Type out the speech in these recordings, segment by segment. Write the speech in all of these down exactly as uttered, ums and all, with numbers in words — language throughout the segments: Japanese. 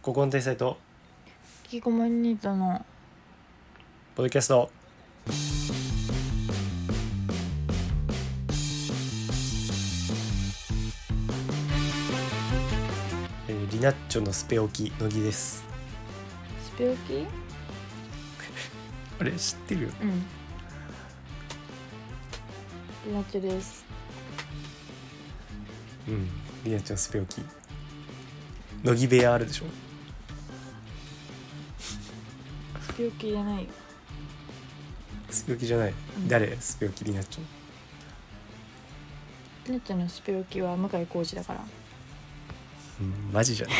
ここの天才と引きこもりニートのポッドキャスト。えー、リナッチョのスペオキ乃木です。 スペオキ？ あれ知ってるよ。 うん。リナッチョです。 うん。リナッチョのスペオキ乃木部屋あるでしょ。 スペオキじゃないよ。 スペオキじゃない、うん、誰スペオキリナッチョ。 リナッチョのスペオキは向井康二だから。 うん、マジじゃない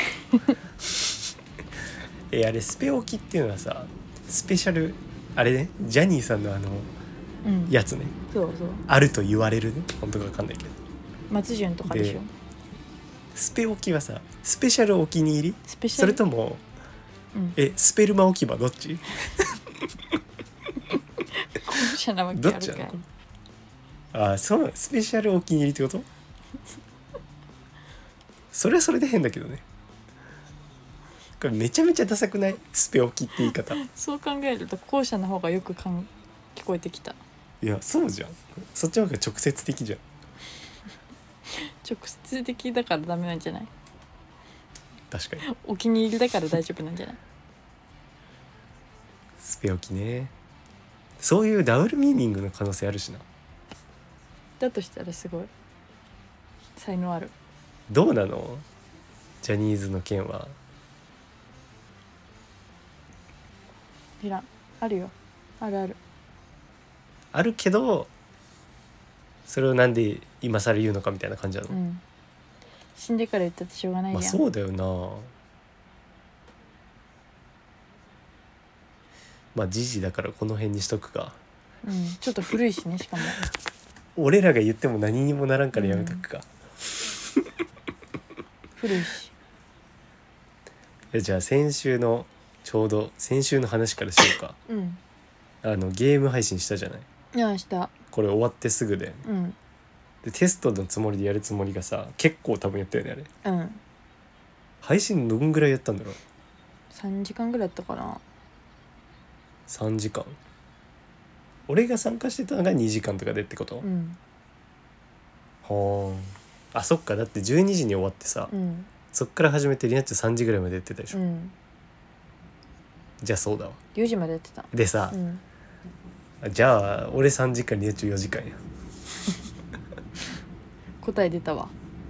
えあれスペオキっていうのはさ、スペシャルあれね、ジャニーさんのあの、うん、やつね。 そうそう、 あると言われるね。本当か分かんないけど松潤とかでしょ。 スペオキはさ、スペシャルお気に入り、スペシャルそれとも、うん、えスペルマ置き場どっち後者なわけあるかい。どっちなの？ あ、そう、スペシャルお気に入りってことそれはそれで変だけどね。これめちゃめちゃダサくない？スペオキって言い方。 そう考えると後者の方がよくかん聞こえてきた。 いやそうじゃん、そっちの方が直接的じゃん。 直接的だからダメなんじゃない？ 確かにお気に入りだから大丈夫なんじゃない？ スペオキね。そういうダブルミーニングの可能性あるしな。 だとしたらすごい才能ある。 どうなのジャニーズの件は。 いらん、あるよ、あるあるあるけど、それをなんで今更言うのかみたいな感じなの、うん、 死んでから言ったってしょうがないじゃん。 まあそうだよな。まあ時事だからこの辺にしとくか。 うん、ちょっと古いしね。しかも俺らが言っても何にもならんからやめとくか、うん、 古いし。 じゃあ先週のちょうど先週の話からしようか、うん、あのゲーム配信したじゃない。 いやした。 これ終わってすぐで、うん、でテストのつもりでやるつもりがさ、結構多分やったよねあれ。うん。配信どんぐらいやったんだろう。 さんじかんぐらいやったかな。 さんじかん。俺が参加してたのがにじかんとかでってこと、うん、はあ。あ、そっか。だってじゅうにじに終わってさ、うん、そっから始めてリナッチさんじぐらいまでやってたでしょ、うん、じゃあそうだわ。 よじまでやってた。 でさ、うん、じゃあ俺さんじかんリナッチよじかんや答え出たわ。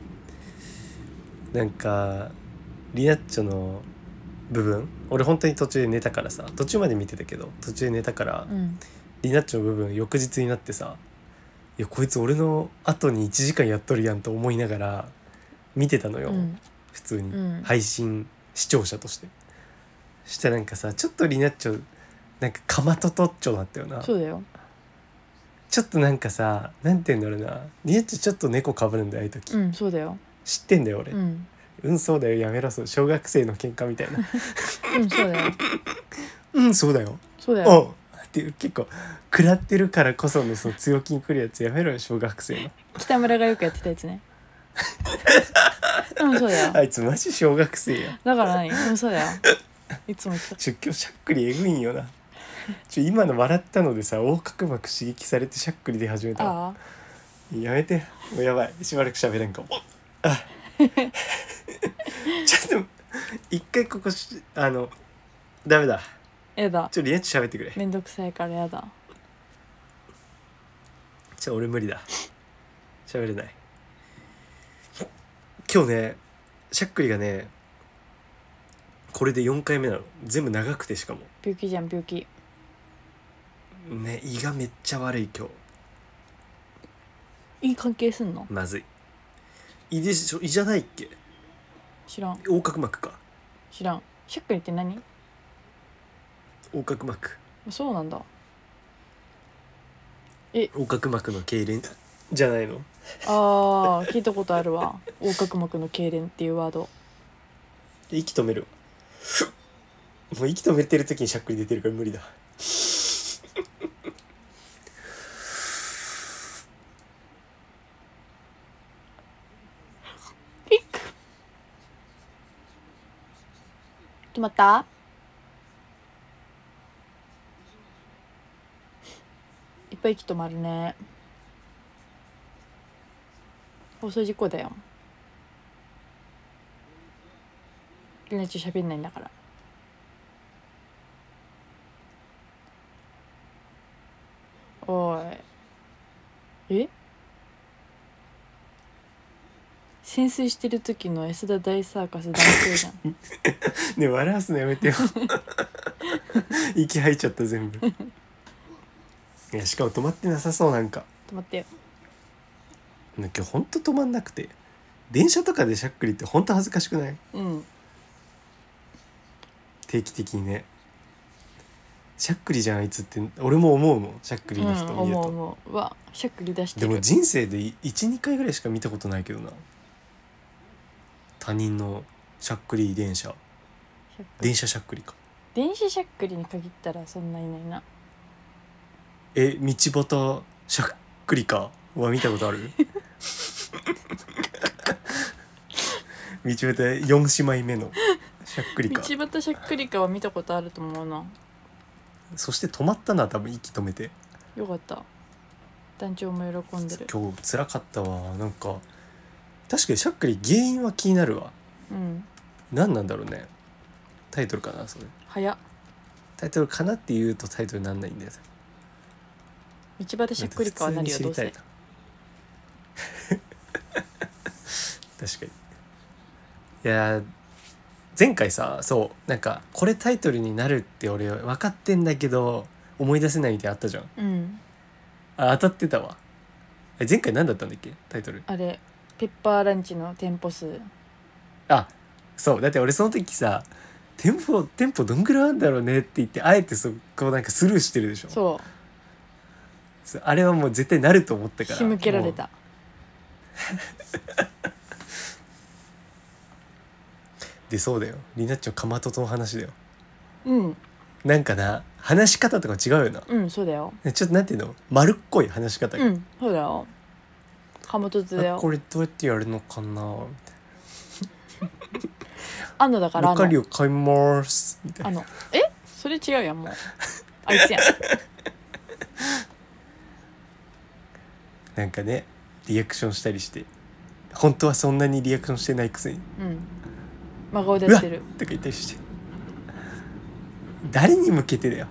なんかリナッチョの部分、俺本当に途中で寝たからさ、途中まで見てたけど途中で寝たから、うん、リナッチョの部分翌日になってさ、いやこいつ俺の後にいちじかんやっとるやんと思いながら見てたのよ、うん、普通に、うん、配信視聴者として。したらなんかさ、ちょっとリナッチョなんかかまととっちょだったよな。 そうだよ。 ちょっとなんかさ、なんて言うんだろうな、リナッチョちょっと猫かぶるんだよああいう時。 うん、そうだよ。 知ってんだよ俺。うん、 うん、 そうだよ、やめろ、そう小学生の喧嘩みたいなうんそうだようんそうだよそうだよっていう、結構食らってるからこそのその強気に来るやつやめろよ、小学生の。 北村がよくやってたやつねうんそうだよ。 あいつマジ小学生や。 だから何？うんそうだよ。いつも言ってた。 ちょ今日しゃっくりえぐいんよな。ちょ今の笑ったのでさ、横隔膜刺激されてしゃっくり出始めた。ああやめて、もうやばい、しばらく喋れんかも。あちょっと一回ここしあのダメだ。 やだ。 ちょっとリナッチ喋ってくれ。 めんどくさいからやだ。 ちょ俺無理だ、喋れない。今日ねしゃっくりがねこれでよんかいめなの。全部長くて、しかも病気じゃん病気ね。胃がめっちゃ悪い今日。胃関係すんの？ まずい。胃でしょ？胃じゃないっけ？ 知らん。 横隔膜か。 知らん。しゃっくりって何？ 横隔膜。 そうなんだ。 え横隔膜の痙攣じゃないの？ あー聞いたことあるわ横隔膜の痙攣っていうワード。 息止める。もう息止めてる時にしゃっくり出てるから無理だ止まった？いっぱい息止まるね。放送事故だよ。りなちゃん喋んないんだから。おい、え潜水してる時の安田大サーカス男性じゃん。 ね、笑わすのやめてよ。息吐いちゃった全部。いや、しかも止まってなさそう。なんか止まってよ。 今日ほんと止まんなくて、電車とかでしゃっくりってほんと恥ずかしくない？ うん。 定期的にね、しゃっくりじゃんあいつって俺も思うもん、しゃっくりの人見ると、 うん、思う思う。うわ、しゃっくり出してる。 でも人生でいち、にかいぐらいしか見たことないけどな、他人のしゃっくり電車。 しゃっくり電車しゃっくりか。 電車しゃっくりに限ったらそんないないな。 え、道端しゃっくりかは見たことある？道端よん姉妹目のしゃっくり道か。 端しゃっくりかは見たことあると思うな。 そして止まったな、多分息止めて。 よかった。団長も喜んでる。 今日辛かったわ。なんか確かにしゃっくり原因は気になるわ。 うん。 何なんだろうね。タイトルかなそれ。 早っ。 タイトルかなって言うとタイトルなんないんだよ。 道端しゃっくりかはなるよどうせ。 確かに。いや前回さ、そうなんかこれタイトルになるって俺分かってんだけど思い出せないみたいなあったじゃん。 うん。 あ、当たってたわ。え、前回何だったんだっけタイトル。 あれペッパーランチの店舗数。 あ、そうだって俺その時さ、店舗店舗どんぐらいあるんだろうねって言ってあえてそこなんかスルーしてるでしょ。 そうそうあれはもう絶対なると思ったから仕向けられた。 で、そうだよ、リナッチョかまととの話だよ。 うんなんかな、話し方とか違うよな。 うんそうだよ。 ちょっとなんていうの、丸っこい話し方が、 うんそうだよ。かもとつだよ。 あこれどうやってやるのかなみたいあのだかな。 らあのロカリを買いますみたいな。 あのえそれ違うやんもう。あいつやん。 なんかね、リアクションしたりして、本当はそんなにリアクションしてないくせにうん真顔でうわっやってる。 とか言ったりして、誰に向けてだよ。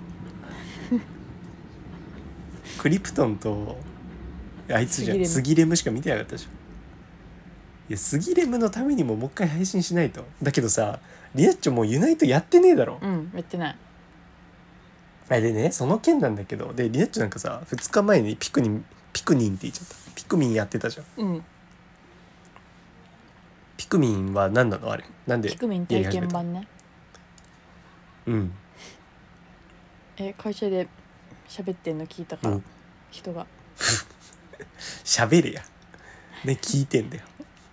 クリプトンとあいつじゃん、スギレムしか見てなかったでしょ。いや、スギレムのためにももう一回配信しないと。だけどさ、リナッチョもうユナイトやってねえだろ。 うんやってない。 あれでね、その件なんだけど、でリナッチョなんかさふつかまえにピクニンピクニンって言っちゃった、ピクミンやってたじゃん。 うんピクミンは何なのあれ、なんでピクミン体験版ね。 うん。 え会社で喋ってんの聞いたから、 うん、 人が喋れやね、聞いてんだよ。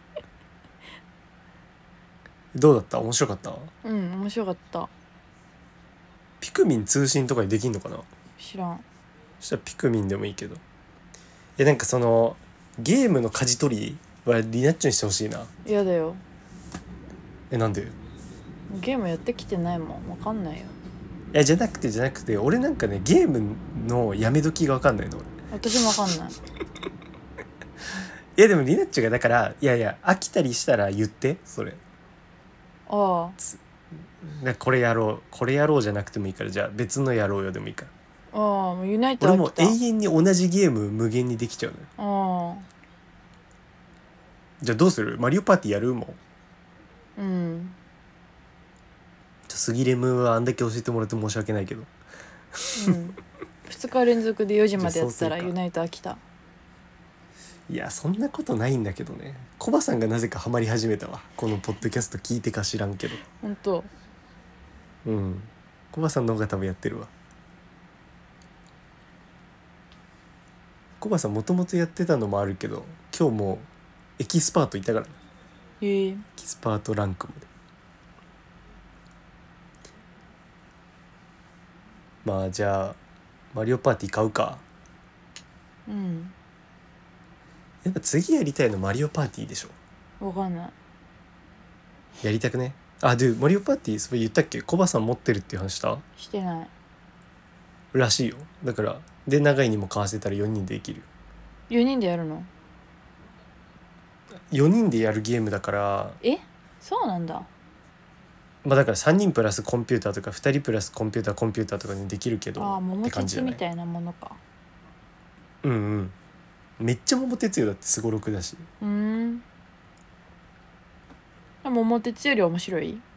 どうだった？面白かった？ うん面白かった。 ピクミン通信とかにできんのかな。 知らん。 そしたらピクミンでもいいけど、えなんかそのゲームの舵取りはリナッチョにしてほしいな。 嫌だよ。 えなんで？いゲームやってきてないもんわかんないよ。 やじゃなくてじゃなくて俺なんかねゲームのやめ時が分かんないの俺。 私もわかんない。 いやでもリナッチョがだから、いやいや飽きたりしたら言ってそれ。 あなこれやろうこれやろうじゃなくてもいいから、じゃあ別のやろうよでもいいから。 あああもうユナイト俺もう飽きた。 永遠に同じゲーム無限にできちゃうのよ。 ああじゃあどうする？マリオパーティーやるもん。 うんじゃあスギレムはあんだけ教えてもらって申し訳ないけど。 うんふつか連続でよじまでやったじゃあそうするからユナイト飽きた。 いやそんなことないんだけどね。コバさんがなぜかハマり始めたわ、このポッドキャスト聞いてか知らんけど。 ほんと。 うんコバさんの方が多分やってるわ。コバさんもともとやってたのもあるけど今日もうエキスパートいたからね。 へえエキスパートランクまで。まあじゃあマリオパーティー買うか。 うんやっぱ次やりたいのマリオパーティーでしょ。 わかんない。 やりたくね？ あでマリオパーティーそれ言ったっけ、コバさん持ってるっていう話したしてない。 らしいよ。だからで長いにも買わせたらよにんでできる。 よにんでやるの？ よにんでやるゲームだから、 え、そうなんだ。 まあだからさんにんプラスコンピューターとかふたりプラスコンピューターコンピューターとかにできるけどああ、 っ桃て感じじゃない。 鉄みたいなものか。 うんうん、めっちゃ桃鉄よ、だってすごろくだし。 うーん。桃鉄より面白い？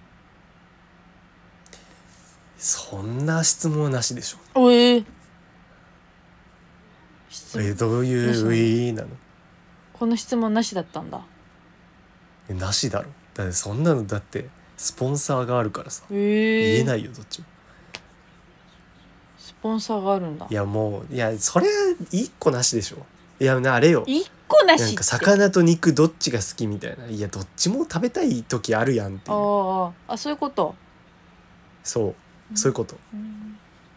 そんな質問なしでしょ。 おえー、質問えどういうウィーなの。 この質問なしだったんだ。 えなしだろ。だってそんなのだってスポンサーがあるからさ、 えー、 言えないよどっちも。 スポンサーがあるんだ。 いやもういやそれはいっこなしでしょ。いやあれよ、 一個なしって。 なんか魚と肉どっちが好きみたいな。いやどっちも食べたい時あるやんっていう。 ああ、あ、そういうこと。 そうそういうこと。 うん、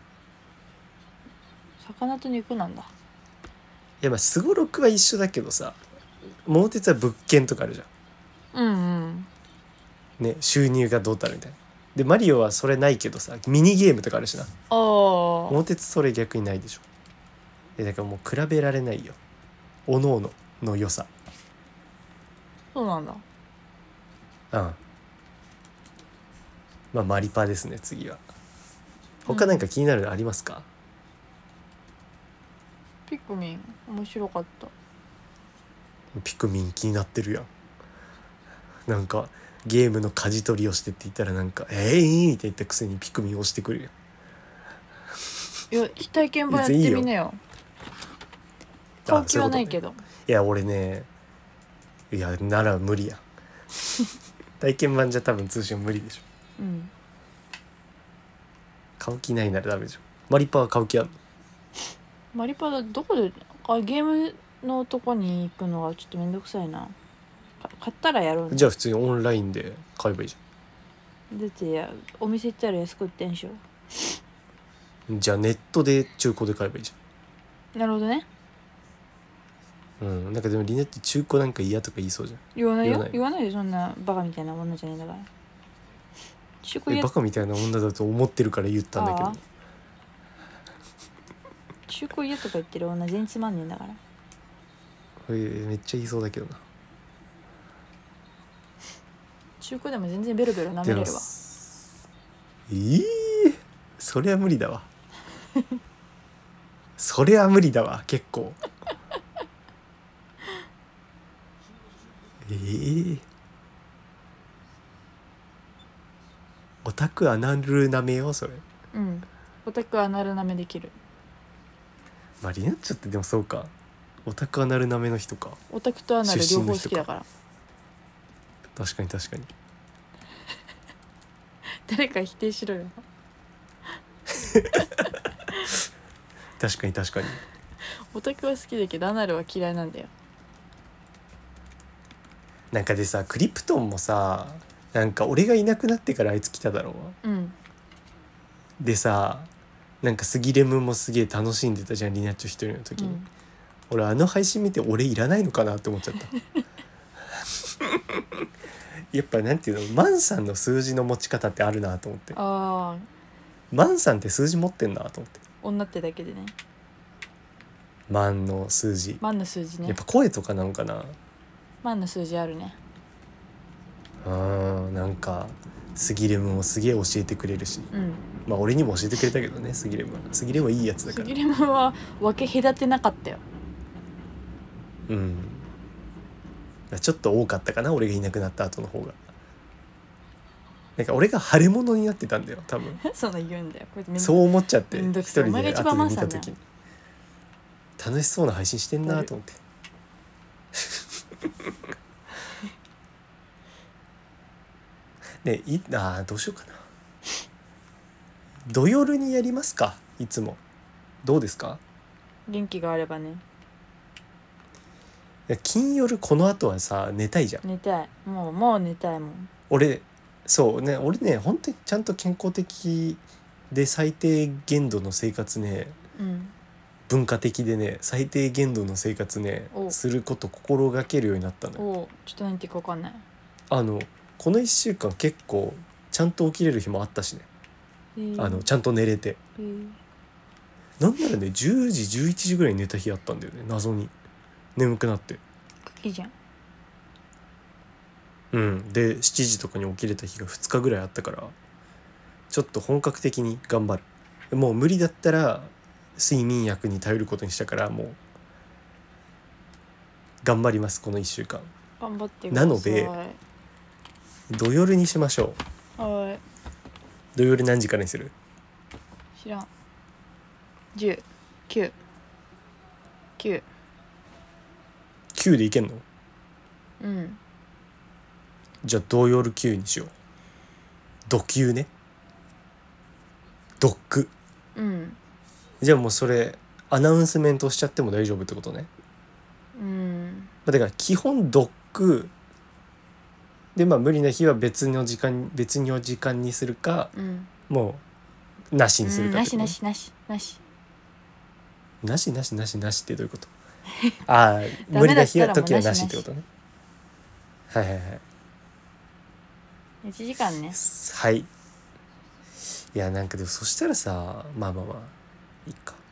魚と肉なんだ。いやまあすごろくは一緒だけどさ、桃鉄は物件とかあるじゃうんうんんね、収入がどうたるみたいな。でマリオはそれないけどさ、ミニゲームとかあるしな。 ああ、 桃鉄それ逆にないでしょ。えだからもう比べられないよ、おのおのの良さ。 そうなんだ。 うんまあマリパですね。次は他なんか気になるのありますか？ ピクミン面白かった。 ピクミン気になってるやん。なんかゲームの舵取りをしてって言ったらなんか「えーいい」って言ったくせにピクミン押してくるやん。 いや、体験版やってみなよ。買う気はないけど。 いや俺ね、いやなら無理やん体験版じゃ多分通信無理でしょ。 うん。 買う気ないならダメでしょ。マリパは買う気あるの？ マリパだどこで、あ、ゲームのとこに行くのはちょっとめんどくさいな。買ったらやろうね。 じゃあ普通にオンラインで買えばいいじだってやお店行ったら安く売ってんしょ。 ゃん。じゃあネットで中古で買えばいいじなるほどね。 ゃん。うんなんかでもリネって中古なんか嫌とか言いそうじゃん。 言わないよ。 言わない言わないで、そんなバカみたいなものじゃねえんだから。中古え屋バカみたいな女だと思ってるから言ったんだけど。 ああ中古屋とか言ってる女全然つまんねえんだから。 えめっちゃ言いそうだけどな。 中古でも全然ベロベロ舐めれるわ。 えー、そりゃ無理だわそりゃ無理だわ結構えー、オタクアナル舐めよそれ。 うん。オタクアナル舐めできる。 まあリナッチョってでもそうか、オタクアナル舐めの人か。 オタクとアナル両方好きだから。 確かに確かに誰か否定しろよ確かに確かに。 オタクは好きだけどアナルは嫌いなんだよ。 なんかでさクリプトンもさ、なんか俺がいなくなってからあいつ来ただろう。うん。 でさなんかスギレムもすげえ楽しんでたじゃんリナッチョ一人の時に、うん、俺あの配信見て俺いらないのかなって思っちゃったやっぱなんていうの、マンさんの数字の持ち方ってあるなと思って。 ああ。 マンさんって数字持ってんなと思って。 女ってだけでね。 マンの数字。 マンの数字ね。 やっぱ声とかなのかな。 マンの数字あるね。 あーなんかスギレムもすげえ教えてくれるし、 うん、まあ俺にも教えてくれたけどね。スギレムはスギレムはいいやつだから。 スギレムは分け隔てなかったよ。 うんちょっと多かったかな俺がいなくなった後の方が。なんか俺が腫れ物になってたんだよ多分そんな言うんだよこいつ。 そう思っちゃって一人で後で見た時に楽しそうな配信してんなと思ってねいあどうしようかな。土夜にやりますか。いつもどうですか。 元気があればね。 金夜この後はさ寝たいじゃん。 寝たい。もうもう寝たいもん。 俺そうね俺ね本当にちゃんと健康的で最低限度の生活ね、 うん、 文化的でね最低限度の生活ねすること心がけるようになったのよ。 おちょっと何言ってるか分かんない。 あのこのいっしゅうかん結構ちゃんと起きれる日もあったしね、 えー、 あのちゃんと寝れて、 えー、 なんならねじゅうじじゅういちじぐらいに寝た日あったんだよね、謎に眠くなって。 いいじゃん。 うんでしちじとかに起きれた日がふつかぐらいあったから、ちょっと本格的に頑張る。もう無理だったら睡眠薬に頼ることにしたから、もう頑張りますこのいっしゅうかん。 頑張ってください。 なので土夜にしましょう。はい。 土夜何時からにする？ 知らん。じゅう、きゅう、きゅう。 きゅうでいけんの？ うん。 じゃあ土夜きゅうにしよう。土きゅうね。ドック。 うん。 じゃあもうそれアナウンスメントしちゃっても大丈夫ってことね。 うん。 だから基本ドックで、まあ無理な日は別の時間別の時間にするか、 うん、 もうなしにするかってこと、ね、 なしなしなしなしなしなしなしなしってどういうこと？ああ無理な日は時はなしってことね。はいはいはい。 いちじかんね。 はい。いやなんかでもそしたらさ、まあまあまあいいか。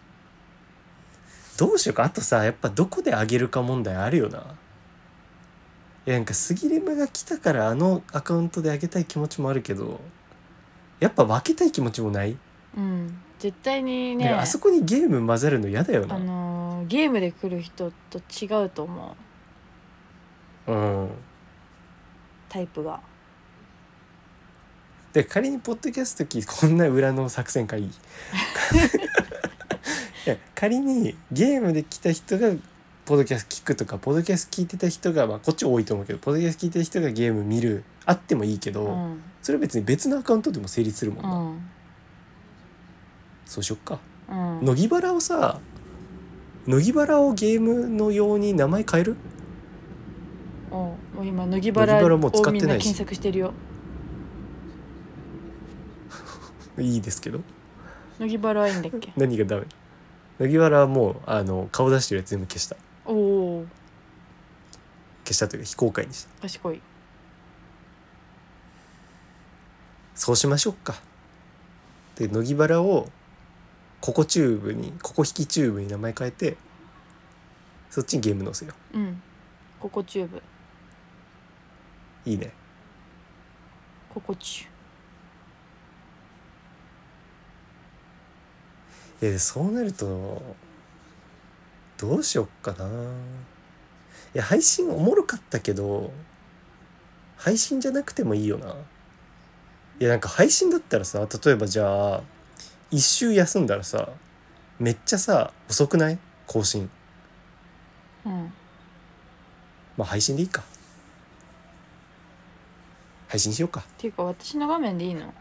どうしようか。あとさ、やっぱどこで上げるか問題あるよな。いやなんかスギレムが来たからあのアカウントで上げたい気持ちもあるけど、やっぱ分けたい気持ちもない？ うん、絶対にね。 あそこにゲーム混ざるの嫌だよな。 あのー、ゲームで来る人と違うと思う。うん。 タイプが。 で仮にポッドキャスト機こんな裏の作戦かいい。いや仮にゲームで来た人がポッドキャスト聞くとか、ポッドキャスト聞いてた人が、まあこっち多いと思うけど、ポッドキャスト聞いてた人がゲーム見るあってもいいけど、 うん、 それは別に別のアカウントでも成立するもんな、 うん、 そうしよっか、 うん、 乃木バラをさ乃木バラをゲームのように名前変える？ おもう今乃木バラをみんな検索してるよ。 いいですけど。 乃木バラはいいんだっけ？ 何がダメ？乃木バラはもうあの顔出してるやつ全部消した。 おお。 消したというか非公開にした。 賢い。 そうしましょうか。で乃木バラをココチューブにココ引きチューブに名前変えて、そっちにゲーム載せよう。うんココチューブいいね。 ココチュいやそうなるとどうしよっかな。いや配信おもろかったけど配信じゃなくてもいいよな。いやなんか配信だったらさ、例えばじゃあ一周休んだらさめっちゃさ遅くない？更新。 うん。 まあ配信でいいか。配信しようか。 っていうか私の画面でいいの？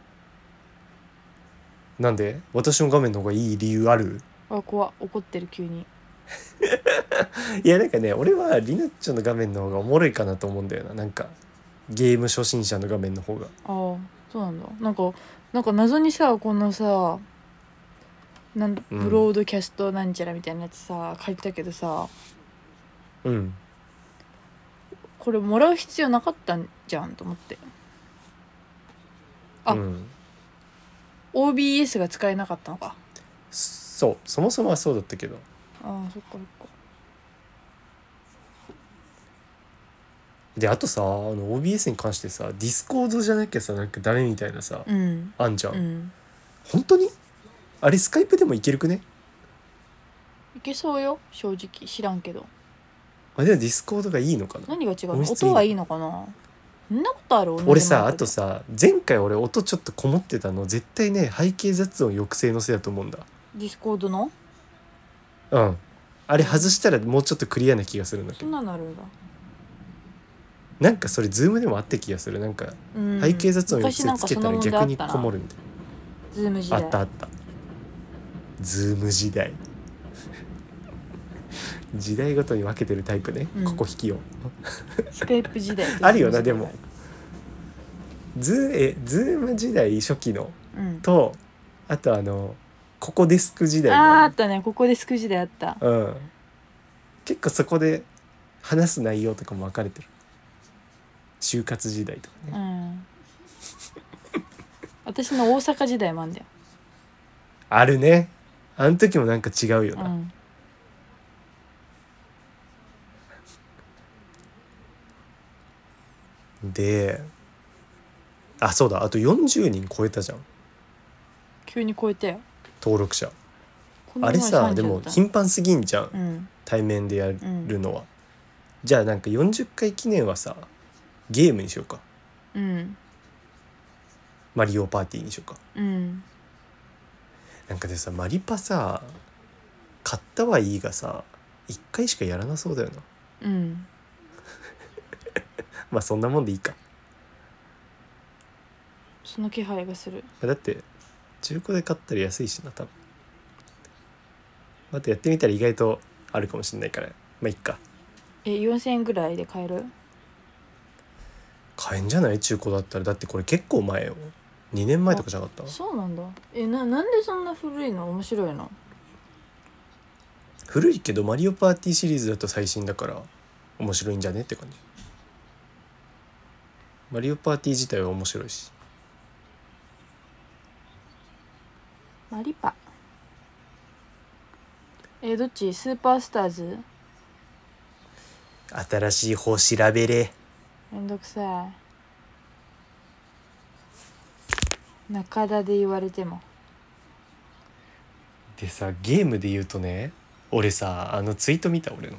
なんで？私の画面の方がいい理由ある？ あ怖っ、怒ってる急に。 いやなんかね俺はリナッチョの画面の方がおもろいかなと思うんだよな。なんかゲーム初心者の画面の方が。 ああそうなんだ。なんかなんか謎にさこのさなんブロードキャストなんちゃらみたいなやつさ書いてたけどさ、 うんこれもらう必要なかったんじゃんと思って。あ、うん、オービーエス が使えなかったのか。 そうそもそもはそうだったけど。 ああそっかそっか。 であとさあの オービーエス に関してさディスコードじゃなきゃさなんかダメみたいなさ、 うん、 あんじゃん、 うん、 本当にあれスカイプでもいけるくね？ いけそうよ正直知らんけど。 あでもディスコードがいいのかな？ 何が違うの？音はいいのかな？そんなことある？ 俺さあとさ前回俺音ちょっとこもってたの絶対ね背景雑音抑制のせいだと思うんだ。 ディスコードの？ うんあれ外したらもうちょっとクリアな気がするんだけど。 そんなのあるんだ。 なんかそれズームでもあった気がする。なんか背景雑音抑制つけたら逆にこもるみたいな。 ズーム時代あったあった。ズーム時代時代ごとに分けてるタイプね、うん、ここ引きをスカイプ時代あるよな。でもズえズーム時代初期の、うん、とあとあのここデスク時代のあ, あったねここデスク時代あった、 うん、結構そこで話す内容とかも分かれてる。 就活時代とかうね、 ん私の大阪時代もあんだよ。 あるね。あの時もなんか違うよな、 うんであそうだ、あとよんじゅうにん超えたじゃん急に超えたよ。 登録者。 この前あれささんじでもゅうだった頻繁すぎんじゃん、 うん対面でやるのは、じゃあなんかよんじゅっかい記念はさゲームにしようか。 うんマリオパーティーにしようか。 うんなんかでさマリパさ買ったはいいがさいっかいしかやらなそうだよな。 うんまあそんなもんでいいか。 その気配がする。 だって中古で買ったら安いしな多分。またやってみたら意外とあるかもしれないからまあいっか。 えよんせんえんぐらいで買える？ 買えんじゃない中古だったら。だってこれ結構前よ、にねんまえとかじゃなかった？ そうなんだ。えななんでそんな古いの？面白いの？ 古いけどマリオパーティーシリーズだと最新だから面白いんじゃねって感じ。マリオパーティー自体は面白いし。 マリパえどっち？スーパースターズ？ 新しい方調べれ。 めんどくさい。中田で言われても。 でさゲームで言うとね、俺さあのツイート見た俺の。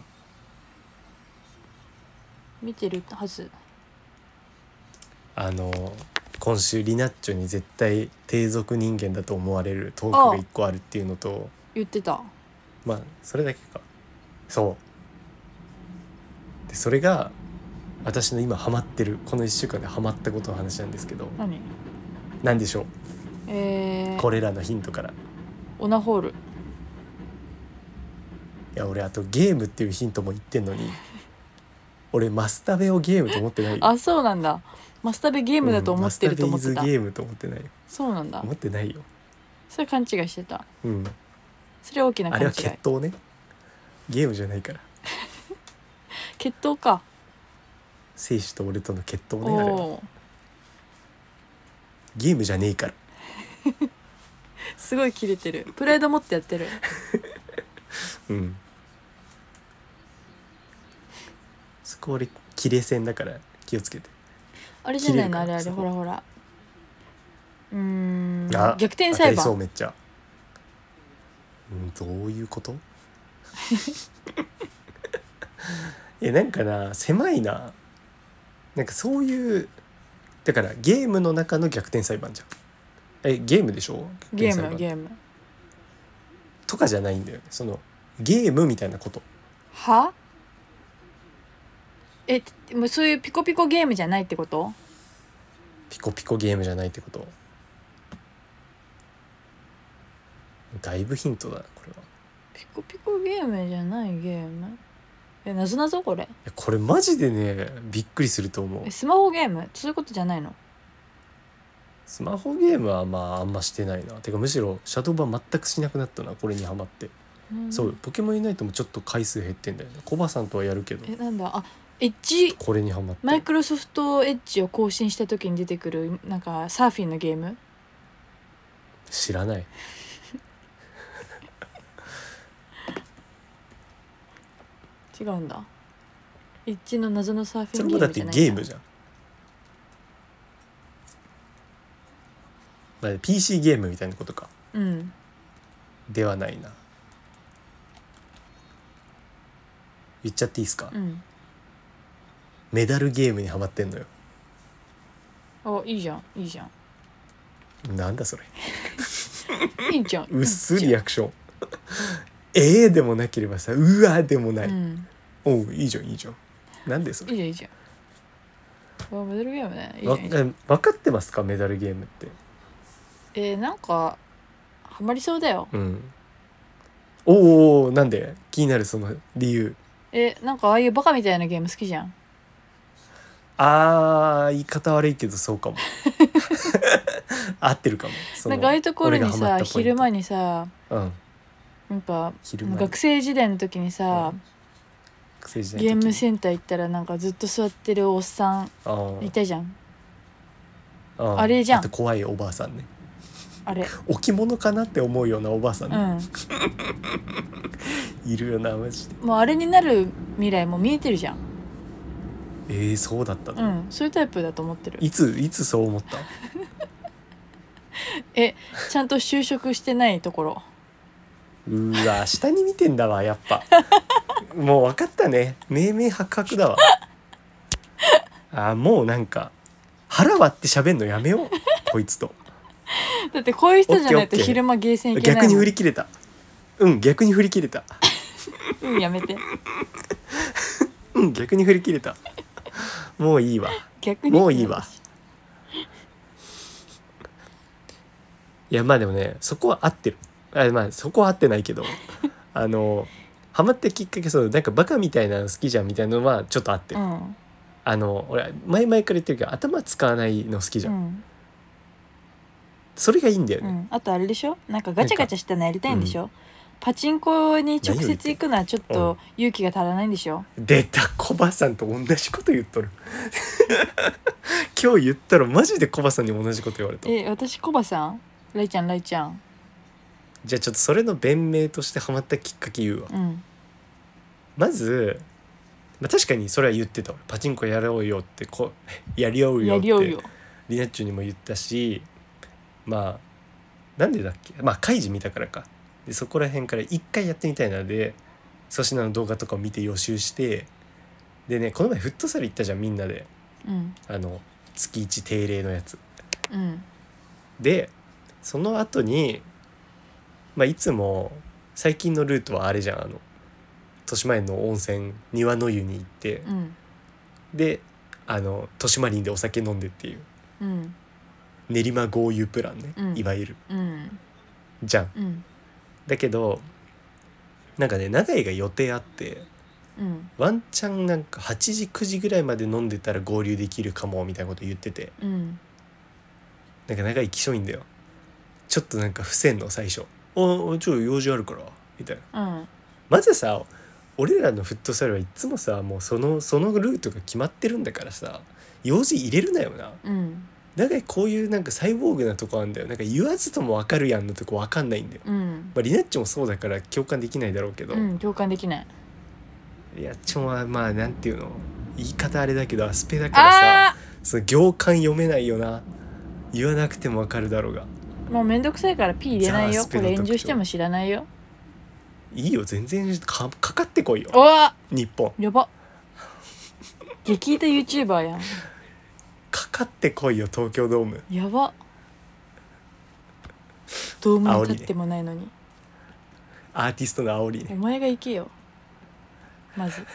見てるはず。 あの今週リナッチョに絶対低俗人間だと思われるトークがいっこあるっていうのと、 言ってた。 まあそれだけか。そうでそれが私の今ハマってるこのいっしゅうかんでハマったことの話なんですけど、 何？ 何でしょう。 えー、 これらのヒントから。いオナホール。 や俺あとゲームっていうヒントも言ってんのに俺マスタベをゲームと思ってないよ。 あそうなんだ。マスタベゲームだと思ってると思ってた。 うん、マスタベイズゲームと思ってないよ。 そうなんだ。 思ってないよ。 それ勘違いしてた。 うんそれ大きな勘違い。 あれは決闘ね、ゲームじゃないから。 決闘か。 生死と俺との決闘ね。あれはおーゲームじゃねえから。 すごいキレてる。プライド持ってやってる。 うんそこ俺切れ線だから気をつけて。 あれじゃないの？あれあれ切れるからそこほらほらうーんあ逆転当たりそう裁判。 めっちゃ。うんどういうことえなんかな狭いな。なんかそういうだからゲームの中の逆転裁判じゃん。えゲームでしょ？ ゲー逆転裁判ムゲームとかじゃないんだよね。そのゲームみたいなこと。 はえもうそういうピコピコゲームじゃないってこと？ ピコピコゲームじゃないってこと。だいぶヒントだこれは。 ピコピコゲームじゃないゲームえなぞなぞこれ。 いやこれマジでねびっくりすると思うえ。スマホゲームそういうことじゃないの？ スマホゲームはまああんましてないな。てかむしろシャドーバー全くしなくなったなこれにハマって、 うん、 そうポケモンユナイトもちょっと回数減ってんだよね。コバさんとはやるけどえなんだあエッジこれにハマってマイクロソフトエッジを更新した時に出てくるなんかサーフィンのゲーム。 知らない違うんだ。エッジの謎のサーフィそれもだってンゲームじゃないゲームじゃん。まあ ピーシー ゲームみたいなことか。 うんではないな。言っちゃっていいですか、 うんメダルゲームにハマってんのよ。 あいいじゃんいいじゃんなんだそれいいじゃんうっすリアクションええでもなければさうわでもない、 うん、 おういいじゃんいいじゃん。なんでそれいいじゃんいいじゃんあメダルゲームねいいじゃんいいじゃん。 わ分かってますかメダルゲームって。 えー、なんかハマりそうだよ。 うんおーおーなんで気になるその理由。 えなんかああいうバカみたいなゲーム好きじゃん。 あー言い方悪いけどそうかも合ってるかも。そのなんかああいうところにさ俺がハマったポイント昼間にさうんなんか昼間に学生時代の時にさ、 うん学生時代の時ゲームセンター行ったらなんかずっと座ってるおっさんあいたじゃん。 ああれじゃんあと怖いおばあさんね。 あれ置物かなって思うようなおばあさん、 うねんいるよなマジで。 もうあれになる未来も見えてるじゃん。 えー、そうだったの、 うんそういうタイプだと思ってる。 いついつそう思ったえちゃんと就職してないところ。 うーわ下に見てんだわやっぱもう分かったね明々白々だわあもうなんか腹割って喋んのやめようこいつと。 だってこういう人じゃないとオッケーオッケー昼間ゲーセン行けないもん。 逆に振り切れた。うん逆に振り切れた。 うんやめて。 うん逆に振り切れた。もういいわ。 逆にもういいわ。いやまあでもねそこは合ってる。あまあそこは合ってないけどあのハマったきっかけそうなんかバカみたいなの好きじゃんみたいなのはちょっと合ってる、 うんあの俺前々から言ってるけど頭使わないの好きじゃん、 うんそれがいいんだよね、 うん、あとあれでしょなんかガチャガチャしたのやりたいんでしょ、うん、パチンコに直接行くのはちょっと勇気が足らないんでしょ、 うん、出たコバさんと同じこと言っとる今日言ったらマジでコバさんに同じこと言われた。 え私コバさんライちゃんライちゃんじゃあちょっとそれの弁明としてハマったきっかけ言うわ、 うん、 まず、まあ、確かにそれは言ってた俺パチンコやろうよってこうやりようよってリナッチョにも言ったし、まあなんでだっけまあカイジ見たからかでそこら辺から一回やってみたいなので粗品の動画とかを見て予習してでねこの前フットサル行ったじゃんみんなで、 うん、 あの月いち定例のやつ、 うん、 でその後にまあいつも最近のルートはあれじゃんあの豊島園の温泉庭の湯に行って、 うん、 であの豊島林でお酒飲んでっていう、 うん、 練馬豪遊プランね、 うん、 いわゆる、 うん、 じゃん、 うん、 だけどなんかね長井が予定あって、 うん、 ワンチャンなんかはちじくじぐらいまで飲んでたら合流できるかもみたいなこと言ってて、 うん、 なんか長井きしょいんだよちょっとなんか伏せんの最初ああちょっと用事あるからみたいな、 うん、 まずさ俺らのフットサルはいつもさもうそのそのルートが決まってるんだからさ用事入れるなよな、 うん、 だからこういうなんかサイボーグなとこあんだよなんか言わずとも分かるやんのとこ分かんないんだよ、 うん、 まあ、リナッチもそうだから共感できないだろうけど、 うん、共感できない。 いやちょはまあなんていうの言い方あれだけどアスペだからさその行間読めないよな言わなくても分かるだろうがもうめんどくさいから P 入れないよ。これ炎上しても知らないよ。 いいよ全然 か, かかってこいよおわ日本やば激イタ YouTuber やんかかってこいよ東京ドームやばドームに立ってもないのに、ね、 アーティストの煽りねお前が行けよまず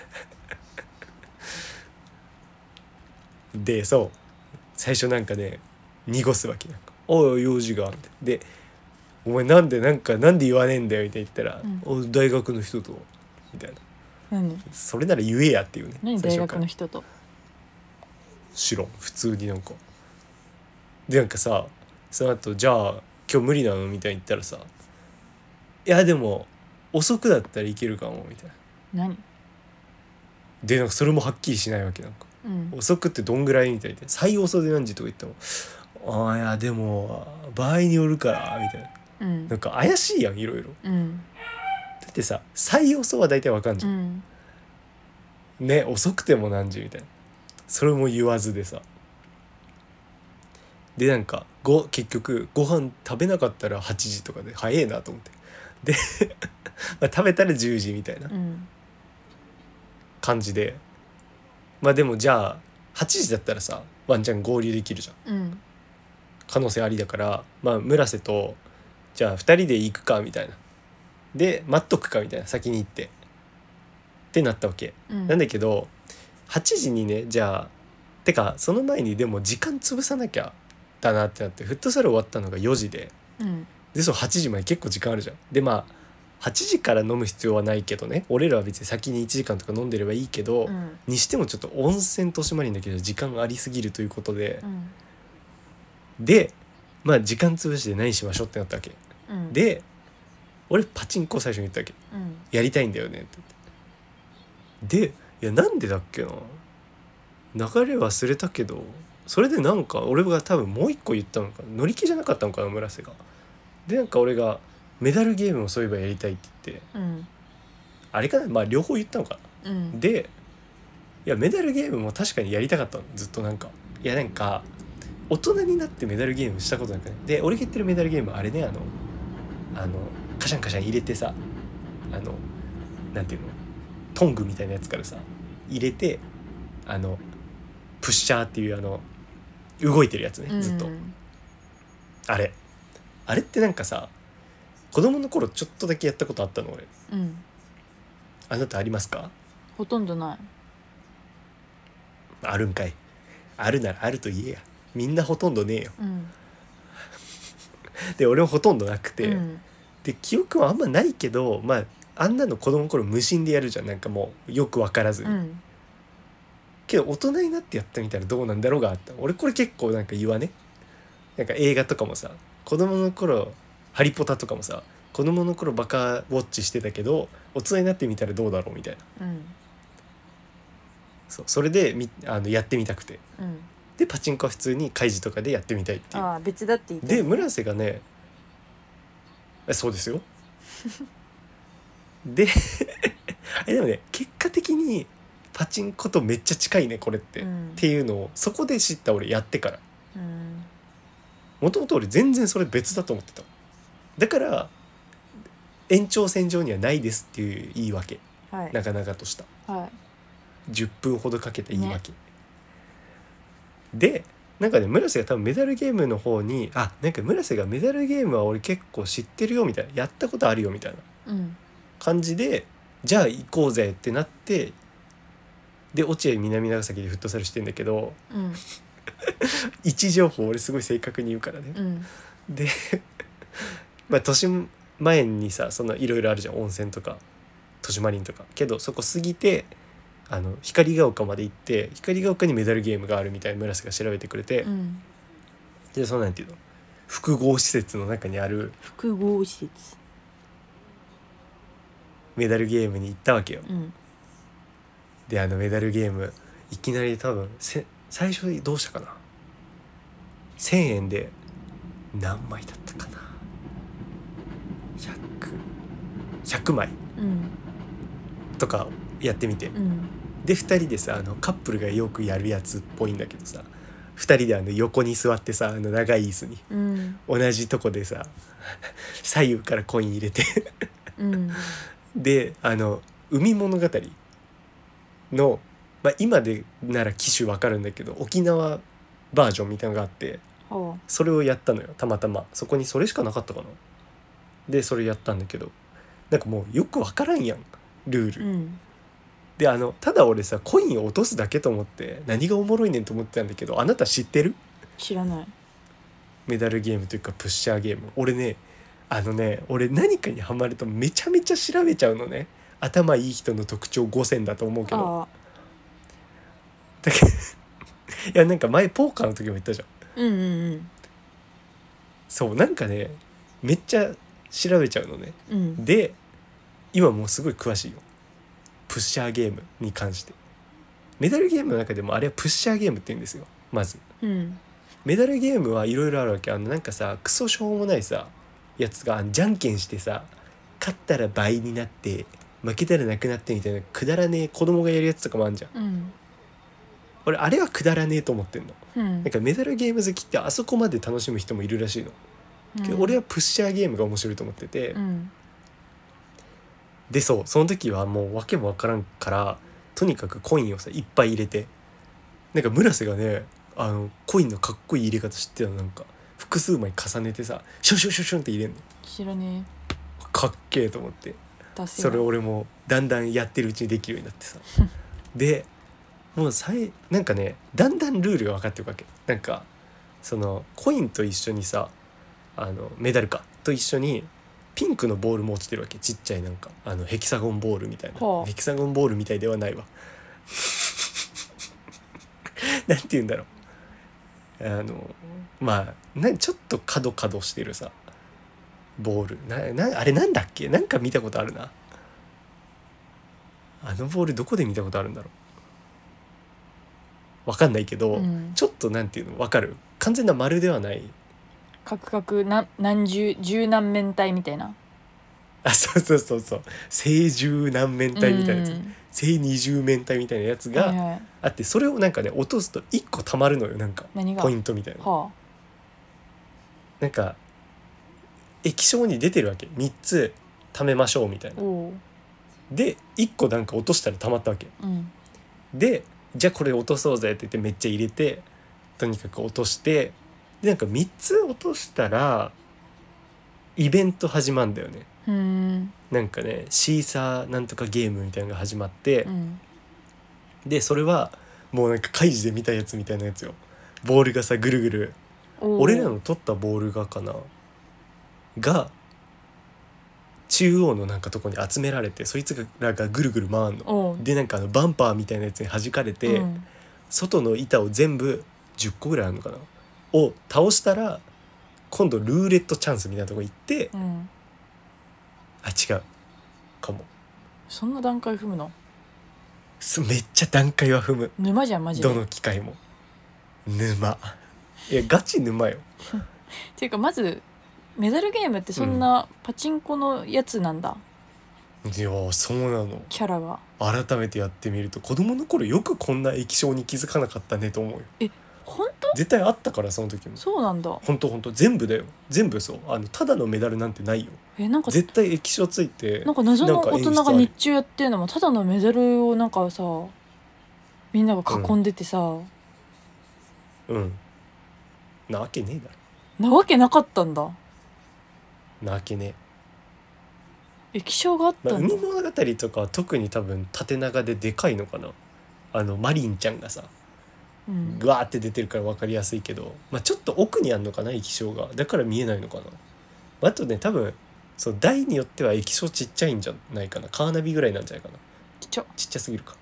でそう最初なんかね濁すわけなんかおい用事がでお前なんでなんかなんで言わねえんだよみたいな言ったら、うん、お大学の人とみたいな何それなら言えやっていうね何大学の人と知らん普通になんかでなんかさその後じゃあ今日無理なのみたいに言ったらさいやでも遅くだったらいけるかもみたいな何でなんかそれもはっきりしないわけなんか、うん、遅くってどんぐらいみたいな最遅で何時とか言ってもああいやでも場合によるからみたいな、うん、なんか怪しいやんいろいろ、うん、だってさ最遅は大体わかんじゃん、うん、ね遅くても何時みたいなそれも言わずでさでなんかご結局ご飯食べなかったらはちじとかで早えなと思ってでまあ食べたらじゅうじみたいな感じで、まあでもじゃあはちじだったらさワンチャン合流できるじゃん、うん、可能性ありだからまあ村瀬とじゃあふたりで行くかみたいなで待っとくかみたいな先に行ってってなったわけ、うん、なんだけどはちじにねじゃあてかその前にでも時間潰さなきゃだなってなってフットサル終わったのがよじで、うん、でそのはちじまで結構時間あるじゃんでまあはちじから飲む必要はないけどね俺らは別に先にいちじかんとか飲んでればいいけど、うん、にしてもちょっと温泉豊島林だけど時間ありすぎるということで、うん、でまあ時間潰して何しましょうってなったわけ、うん、で俺パチンコ最初に言ったわけ、うん、やりたいんだよねって言ってでいやなんでだっけな、流れ忘れたけど、それでなんか俺が多分もう一個言ったのか乗り気じゃなかったのかな村瀬が。でなんか俺がメダルゲームをそういえばやりたいって言って、 うん、 あれかな、まあ両方言ったのかな、 うん、 でいやメダルゲームも確かにやりたかったのずっと。なんかいやなんか大人になってメダルゲームしたことなくね。で俺が言ってるメダルゲームあれね、あのあのカシャンカシャン入れてさ、あのなんていうのトングみたいなやつからさ入れて、あのプッシャーっていうあの動いてるやつねずっと、 うん、 あれあれってなんかさ子供の頃ちょっとだけやったことあったの俺。 うん、 あなたありますか？ ほとんどない。 あるんかい。あるならあると言えや。みんなほとんどねえよ。 うん、 で俺もほとんどなくて、 うん、 で記憶はあんまないけど、まああんなの子供の頃無心でやるじゃん、なんかもうよく分からずに、 うん、 けど大人になってやってみたらどうなんだろうがあった。俺これ結構なんか言わね、なんか映画とかもさ子供の頃ハリポタとかもさ子供の頃バカウォッチしてたけど大人になってみたらどうだろうみたいな、 うん、 そうそれでみあのやってみたくて、 うん、 でパチンコは普通に開示とかでやってみたいっていう。 ああ別だって言ったで村瀬がねえそうですよでえでもね結果的にパチンコとめっちゃ近いねこれって、 うん、 っていうのをそこで知った俺やってから。 うん、 もともと俺全然それ別だと思ってた。だから延長線上にはないですっていう言い訳、 はい、 なかなかとしたはいじゅっぷんほどかけた言い訳、ね、でなんかね村瀬が多分メダルゲームの方にあなんか村瀬がメダルゲームは俺結構知ってるよみたいな、やったことあるよみたいな感じで、じゃあ行こうぜってなって、で落合南長崎でフットサルしてんだけど、 うん、 位置情報俺すごい正確に言うからね、 うん、 でまあ年前にさそのいろいろあるじゃん、温泉とか豊島林とか、けどそこ過ぎてあの光が丘まで行って、光が丘にメダルゲームがあるみたいな村瀬が調べてくれて、 うん、 でそのなんていうの複合施設の中にある複合施設メダルゲームに行ったわけよ、 うん、 であのメダルゲームいきなり多分せ最初どうしたかな、せんえんで何枚だったかな、ひゃく、ひゃくまいうんとかやってみて、 うん、 でふたりでさあのカップルがよくやるやつっぽいんだけどさ、ふたりであの横に座ってさあの長い椅子に、 うん、 同じとこでさ左右からコイン入れてうん、 であの海物語の、まあ、今でなら機種わかるんだけど沖縄バージョンみたいなのがあって、 はそれをやったのよたまたま。そこにそれしかなかったかな。でそれやったんだけどなんかもうよくわからんやんルール、 あ、うん、 であのただ俺さコインを落とすだけと思って何がおもろいねんと思ってたんだけど、あなた知ってる？ 知らない。 メダルゲームというかプッシャーゲーム。俺ねあのね俺何かにハマるとめちゃめちゃ調べちゃうのね。頭いい人の特徴ご選だと思うけど、 ああ、 だけどいやなんか前ポーカーの時も言ったじゃん。 うんうんそうなんかねめっちゃ調べちゃうのね。 うん、 で今もうすごい詳しいよプッシャーゲームに関して。メダルゲームの中でもあれはプッシャーゲームって言うんですよ。まずうん、 メダルゲームはいろいろあるわけ。あのなんかさクソしょうもないさやつがあのじゃんけんしてさ勝ったら倍になって負けたらなくなってみたいなくだらねえ子供がやるやつとかもあるじゃん。 うん、 俺あれはくだらねえと思ってんの。 うん、 なんかメダルゲーム好きってあそこまで楽しむ人もいるらしいの、けど俺はプッシャーゲームが面白いと思ってて、 うん、 でそうその時はもう訳も分からんからとにかくコインをさいっぱい入れて、なんか村瀬がねあのコインのかっこいい入れ方知ってたの。なんか複数枚重ねてさシュンシュンシュンシュンって入れんの。 知らねかっけえと思って、 え。ダセえな。 それ俺もだんだんやってるうちにできるようになってさでもうさいなんかねだんだんルールが分かっていくわけ。なんかそのコインと一緒にさあのメダルかと一緒にピンクのボールも落ちてるわけ。ちっちゃいなんかあのヘキサゴンボールみたいな、 はあ、 ヘキサゴンボールみたいではないわなんて言うんだろう、あのまあなちょっと角角してるさボールななあれなんだっけ、なんか見たことあるな。 あのボールどこで見たことあるんだろう。わかんないけど、 うん、 ちょっとなんていうのわかる、完全な丸ではない。 カクカクな何十十何面体みたいな。 あ、そうそうそうそう、正十何面体みたいなやつ、 うん、 正二十面体みたいなやつはいがはい、 あって、それをなんかね落とすといっこたまるのよ、なんか何がポイントみたいな。 はなんか液晶に出てるわけ、みっつ貯めましょうみたいあ、 な。 おう、 でいっこなんか落としたらたまったわけうんで、じゃあこれ落とそうぜって言ってめっちゃ入れて、とにかく落として、でなんかみっつ落としたらイベント始まるんだよね。 うーんなんかねシーサーなんとかゲームみたいなのが始まって、 うん、 でそれはもうなんかカイジで見たやつみたいなやつよ。ボールがさぐるぐる、 おう、 俺らの取ったボールがかなが中央のなんかとこに集められて、そいつらがぐるぐる回るのおう、 で、なんかあのバンパーみたいなやつに弾かれて、 うん、 外の板を全部じゅっこぐらいあるのかなを倒したら今度ルーレットチャンスみたいなとこ行って、 うん、 あ違うかも、 そんな段階踏むの？ すめっちゃ段階は踏む、 沼じゃんマジで。 どの機械も沼、いやガチ沼よ。 っていうかまずメダルゲームってそんなパチンコのやつなんだ、 いやそうなの。 キャラが。 改めてやってみると子供の頃よくこんな液晶に気づかなかったねと思うよ。 え、本当？ 絶対あったからその時も。 そうなんだ。 ほんとほんと全部だよ、全部そう、あのただのメダルなんてないよ。 え、なんか絶対液晶ついて、 なんか謎の大人がなんか演出ある日中やってるのもただのメダルをなんかさみんなが囲んでてさ、 うんなわけねえだなわけなかったんだ。 ろ、なわけね液晶があっえ、まあ、 たんだ、 海物語とかは特に多分縦長ででかいのかな。あのマリンちゃんがさうん、 グワーって出てるから分かりやすいけど、まあ、ちょっと奥にあんのかな液晶が、だから見えないのかな。あとね多分そう台によっては液晶ちっちゃいんじゃないかな、カーナビぐらいなんじゃないかな。 ちっちゃ。 ちっちゃすぎるか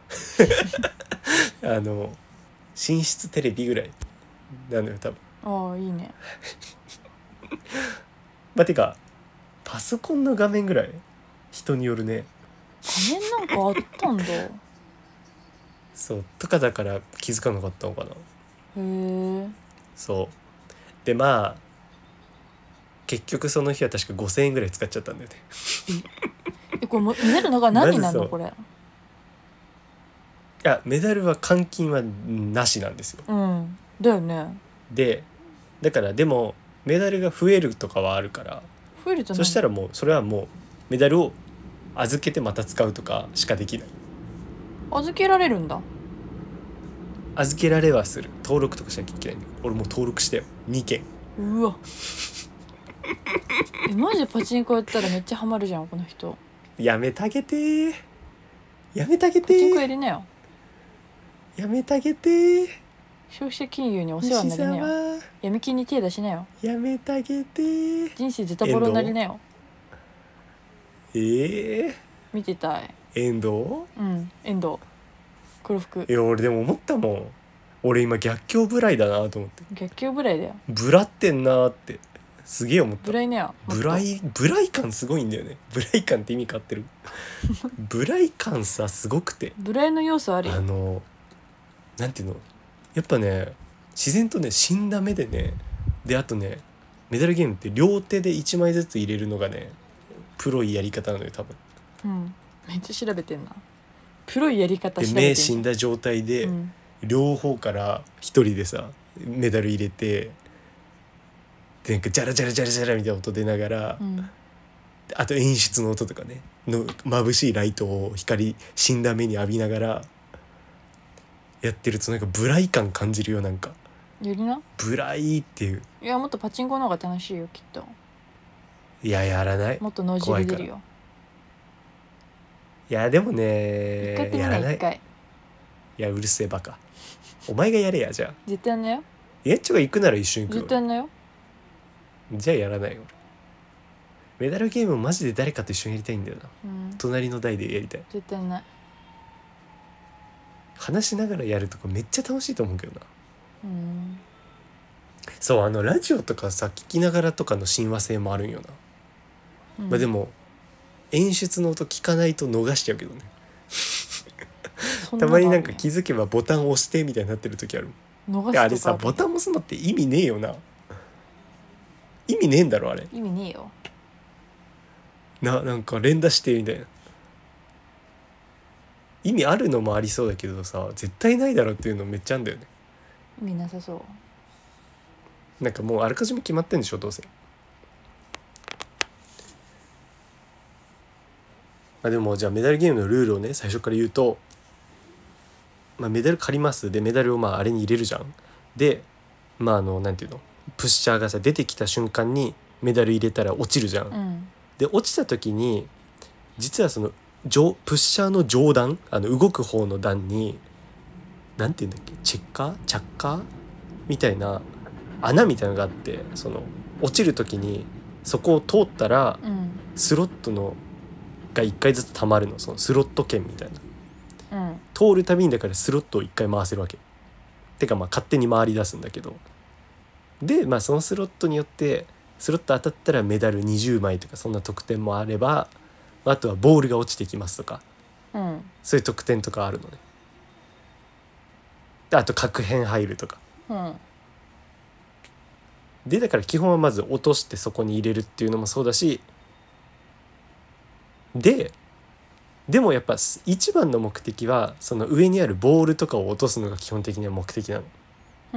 あの寝室テレビぐらいなのよ多分。 ああいいね。 まあてかパソコンの画面ぐらい、人によるね。 画面なんかあったんだ。へそうとかだから気づかなかったのかな。 え。 そうでまあ結局その日は確かごせんえんぐらい使っちゃったんだよね。 え、これもメダルのが何になるのまずそうこれ。 いやメダルは換金はなしなんですよ。 うんだよね。 でだからでもメダルが増えるとかはあるから、 増えるとそしたらもうそれはもうメダルを預けてまた使うとかしかできない。 預けられるんだ。 預けられはする、登録とかしなきゃいけないんだけど、俺もう登録したよにけん。 うわえ、マジでパチンコやったらめっちゃハマるじゃんこの人。 やめてあげてー、やめてあげパチンコてー、 やりなよ。 やめてあげてー、 消費者金融にお世話になりなよ。 西闇金に手出しなよ。 沢やめてあげてー。 人生ズタボロになりなよ。 えー、 見てたい。 遠藤。 うん遠藤黒服。 いや俺でも思ったもん、俺今逆境ブライだなと思って、 逆境ブライだよ。 ブラってんなーってすげえ思った。 ブライなよ。 ブライブライ感すごいんだよね。ブライ感って意味変わってるブライ感さすごくて、 ブライの要素あるよ。 あのなんていうの、やっぱね自然とね死んだ目でね、であとねメダルゲームって両手でいちまいずつ入れるのがねプロいやり方なのよ多分。 うんめっちゃ調べてんな。プロいやり方で調べてん目死んだ状態で、 うん、 両方から一人でさメダル入れて、でなんかジャラジャラジャラジャラみたいな音出ながら、 うん、 あと演出の音とかねの眩しいライトを光死んだ目に浴びながらやってるとなんかブライ感感じるよ。なんかやりな。 ブライっていう。 いやもっとパチンコの方が楽しいよきっと。 いややらない、 もっと脳汁出るよ。 いやでも一回やっねてみやらない。 ない一回。 いやうるせえバカ、お前がやれや。じゃあ絶対やんなよ。 やっちょが行くなら一緒に行くよ。 絶対やんなよ。 じゃあやらないよ。メダルゲームをマジで誰かと一緒にやりたいんだよな。 うん隣の台でやりたい。 絶対やんない。 話しながらやるとかめっちゃ楽しいと思うけどな。 うんそうあのラジオとかさ聞きながらとかの親和性もあるんよな、 うん、 まあでも演出の音聞かないと逃しちゃうけどねそんたまになんかのある気づけばボタン押してみたいになってる時あるもん。 逃すとかであれさるボタン押すのって意味ねえよな。意味ねえんだろあれ。 意味ねえよ。 ななんか連打してみたいな意味あるのもありそうだけどさ絶対ないだろっていうのめっちゃあんだよね。 意味なさそう。 なんかもうあらかじめ決まってんでしょどうせ。まあ、でもじゃあメダルゲームのルールをね最初から言うと、まあ、メダル借りますでメダルをまああれに入れるじゃん。でまああのなんていうのプッシャーがさ出てきた瞬間にメダル入れたら落ちるじゃん、 うん、 で落ちた時に実はその上プッシャーの上段あの動く方の段になんていうんだっけチェッカーチャッカーみたいな穴みたいなのがあってその落ちる時にそこを通ったらうん、 スロットのがいっかいずつ溜まるのそのスロット券みたいなうん、 通るたびにだからスロットをいっかい回せるわけてかまあ勝手に回り出すんだけどでまあそのスロットによってスロット当たったらメダルにじゅうまいとかそんな得点もあればあとはボールが落ちてきますとかうん、 そういう得点とかあるのね。であと確変入るとかうん、 でだから基本はまず落としてそこに入れるっていうのもそうだしででもやっぱ一番の目的はその上にあるボールとかを落とすのが基本的には目的なの。 うん、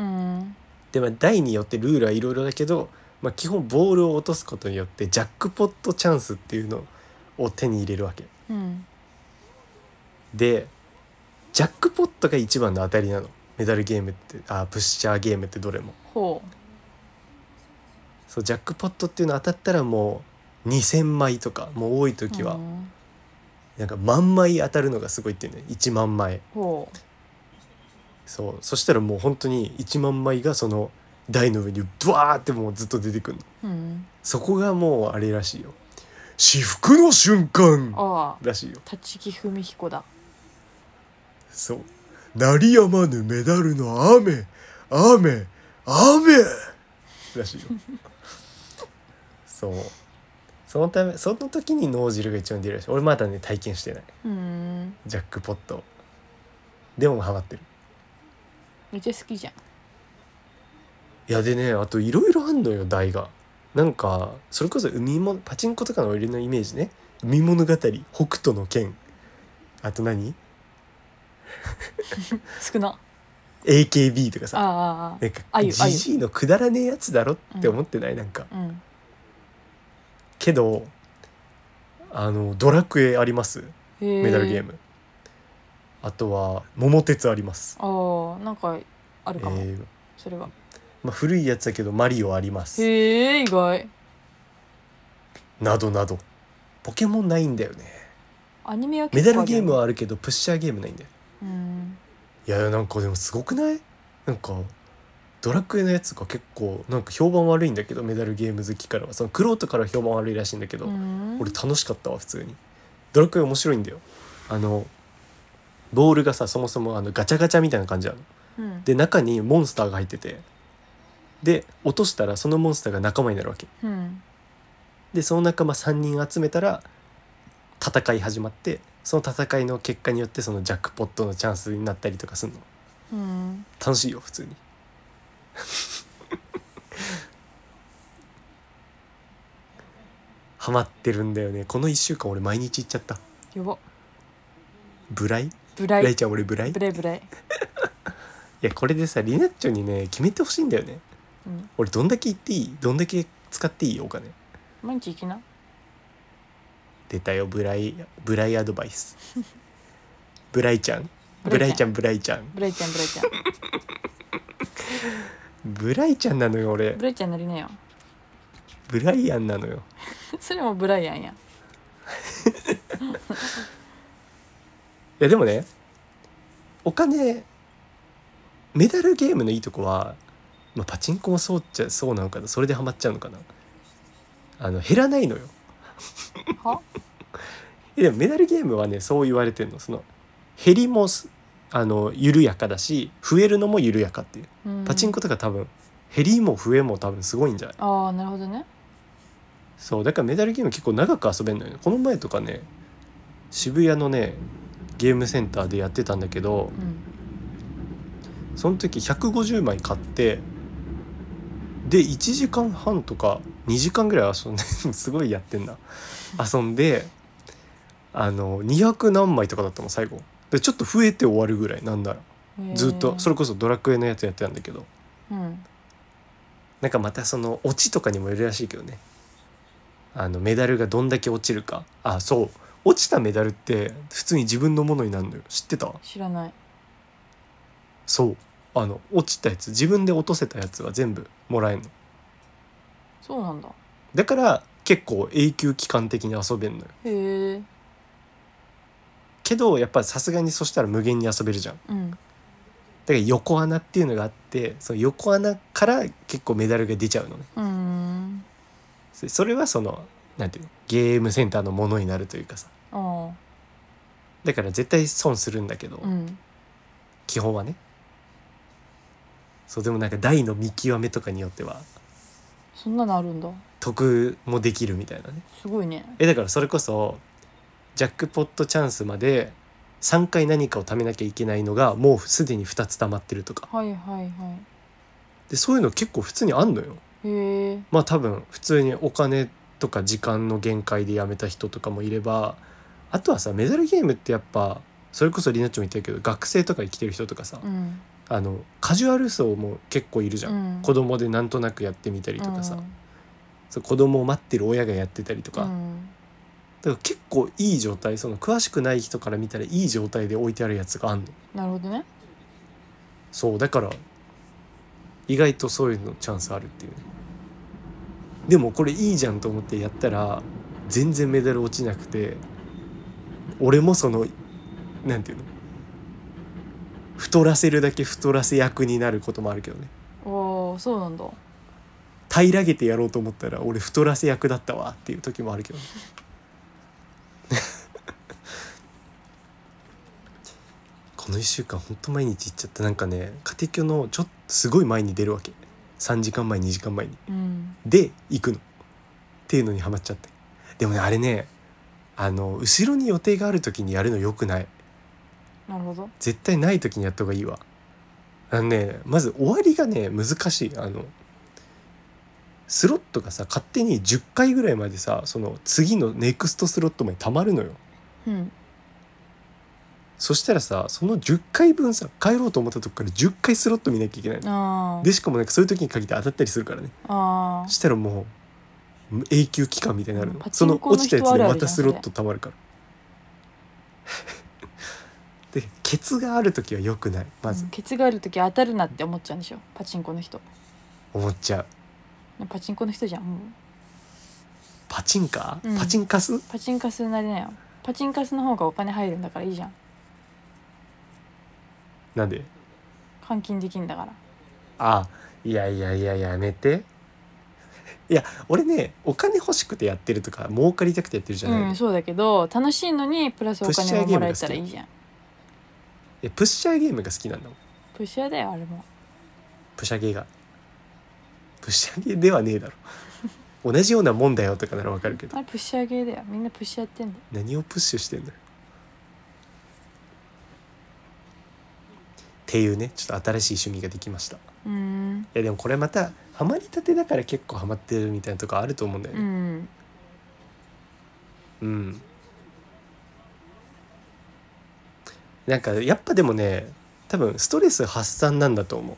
でまあ台によってルールはいろいろだけど、まあ、基本ボールを落とすことによってジャックポットチャンスっていうのを手に入れるわけうん、 でジャックポットが一番の当たりなのメダルゲームってあプッシャーゲームってどれもほそうジャックポットっていうの当たったらもうにせんまいとかもう多いう。 時はうんなんか万枚当たるのがすごいっていうねいちまんまいほそうそしたらもう本当にいちまんまいがその台の上にブワーってもうずっと出てくるの。 う。うん。 そこがもうあれらしいよ至福の瞬間ああ、 らしいよ。 立木文彦だ。 そう鳴りやまぬメダルの雨雨雨らしいよそうそのためその時に脳汁が一番出るらしい。俺まだね体験してないうん。 ジャックポットでもハマってる。 めっちゃ好きじゃん。 いやでねあといろいろあんのよ台がなんかそれこそ海もパチンコとかの俺のイメージね海物語北斗の拳あと何少な。 エーケービー とかさああ、ああ、 なんかあゆあゆジジイのくだらねえやつだろって思ってないなんかうん。 けどあのドラクエありますメメダルゲー。ムあとは桃鉄あります、 ああ、なんかあるえかも。 ーそれは。 まあ、古いやつだけどマリオありますへえ、意外。 などなどポケモンないんだよね。 アニメはメ結構あるよね。 ダルゲームはあるけどプッシャーゲームないんだよ。 うん。 いやなんかでもすごくないなんかドラクエのやつが結構なんか評判悪いんだけどメダルゲーム好きからはそのクロートから評判悪いらしいんだけど、 うん。 俺楽しかったわ普通に。ドラクエ面白いんだよ。あのボールがさそもそもあのガチャガチャみたいな感じなのうん。 で中にモンスターが入っててで落としたらそのモンスターが仲間になるわけうん。 でその仲間さんにん集めたら戦い始まってその戦いの結果によってそのジャックポットのチャンスになったりとかするのうん。 楽しいよ普通にハマってるんだよねこのいっしゅうかん俺毎日行っちゃった。 やば。 ブライブライ。 ブライちゃん俺ブライブライブライ。 いやこれでさリナッチョにね決めてほしいんだよね。 うん。 俺どんだけ行っていいどんだけ使っていいお金毎日行きな。 出たよブライブライアドバイスブライちゃんブブライちゃライちゃんブライちゃんブライちゃんブライちゃん。 ブライちゃんなのよ俺ブライちゃんなりなよ。 ブライアンなのよ。 それもブライアンや。 いやでもねお金メダルゲームのいいとこは、まあ、パチンコもそうっちゃそうなのかなそれでハマっちゃうのかなあの減らないのよはいやでもメダルゲームはねそう言われてるのその減りもすあの緩やかだし増えるのも緩やかっていう、 うん。 パチンコとか多分減りも増えも多分すごいんじゃない。 ああ、なるほどね。 そうだからメダルゲーム結構長く遊べるのよね。この前とかね渋谷のねゲームセンターでやってたんだけど、 うん、 その時ひゃくごじゅうまい買ってでいちじかんはんとかにじかんぐらい遊んですごいやってんな遊んであのにひゃく何枚とかだったの最後で、ちょっと増えて終わるぐらいなんならずっとそれこそドラクエのやつやってたんだけど、 うん、 なんかまたそのオチとかにもよるらしいけどね、あのメダルがどんだけ落ちるか。あ、そう落ちたメダルって普通に自分のものになるのよ。知ってた？ 知らない。 そうあの落ちたやつ自分で落とせたやつは全部もらえるの。 そうなんだ。 だから結構永久期間的に遊べんのよ。 へえ。 けどやっぱりさすがにそしたら無限に遊べるじゃん。 うん、 だから横穴っていうのがあって、その横穴から結構メダルが出ちゃうのね。 うーん。 それはそのなんていうのゲームセンターのものになるというかさ、 ああ。 だから絶対損するんだけど、 うん、 基本はね。そうでもなんか台の見極めとかによってはそんなのあるんだ。 得もできるみたいなね。 すごいね。 えだからそれこそジャックポットチャンスまでさんかい何かを貯めなきゃいけないのがもうすでにふたつ貯まってるとかはいはいはで、そういうの結構普通にあんのよ。 い。へえ。 まあ多分普通にお金とか時間の限界でやめた人とかもいれば、あとはさメダルゲームってやっぱそれこそリナッチも言ったけど学生とか生きてる人とかさ、 うん、 あのカジュアル層も結構いるじゃん、 うん、 子供でなんとなくやってみたりとかさ、 うん、 そう子供を待ってる親がやってたりとか、 うん、 だから結構いい状態、その詳しくない人から見たらいい状態で置いてあるやつがあんの。 なるほどね。 そうだから意外とそういうのチャンスあるっていうね。でもこれいいじゃんと思ってやったら全然メダル落ちなくて、俺もそのなんていうの太らせるだけ太らせ役になることもあるけどね。 おお、そうなんだ。 平らげてやろうと思ったら俺太らせ役だったわっていう時もあるけどねこのいっしゅうかんほんと毎日行っちゃった。なんかね家庭教のちょっとすごい前に出るわけ、さんじかんまえにじかんまえに、 うん、 で行くのっていうのにハマっちゃって。でもねあれねあの後ろに予定がある時にやるのよくない。 なるほど。 絶対ない時にやった方がいいわ。あのねまず終わりがね難しい。あのスロットがさ勝手にじゅっかいぐらいまでさその次のネクストスロットまでたまるのよ。 うん、 そしたらさそのじゅっかいぶんさ帰ろうと思ったとこからじゅっかいスロット見なきゃいけないのあで、しかもなんかそういう時に限って当たったりするからね。 あ、あしたらもう永久期間みたいになるの、 うんパチそのンコの落ちたやつで人あるあるじゃんまたスロットたまるからでケツがある時は良くない。まあ、 ずケツがある時当たるなって思っちゃうんでしょ、パチンコの人。 思っちゃう。 パチンコの人じゃんもう。 パチンカー、 うんパチンカスパチンカスになりなよ。パチンカスの方がお金入るんだからいいじゃん。 なんで？ 換金できんだから。 あいやいやいややめて。いや俺ねお金欲しくてやってるとか儲かりたくてやってるじゃないの、 うん、そうだけど楽しいのにプラスお金ももらえたらいいじゃん。 えプッシャーゲームが好きなんだもん。 プッシャーだよあれも。 プシャゲーがプシャゲーではねえだろ同じようなもんだよとかならわかるけど、 あれプッシャーゲーだよ、みんなプッシャーやってんだよ。 何をプッシュしてんだよっていうね、ちょっと新しい趣味ができました。 うーん、 いやでもこれまたハマりたてだから結構ハマってるみたいなとこあると思うんだようね。 ん、 うん、なんかやっぱでもね多分ストレス発散なんだと思う。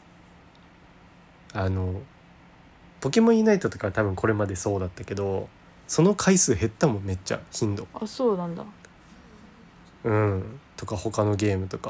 あのポケモンユナイトとか多分これまでそうだったけどその回数減ったもんめっちゃ頻度。 あ、そうなんだ。 うんとか他のゲームとか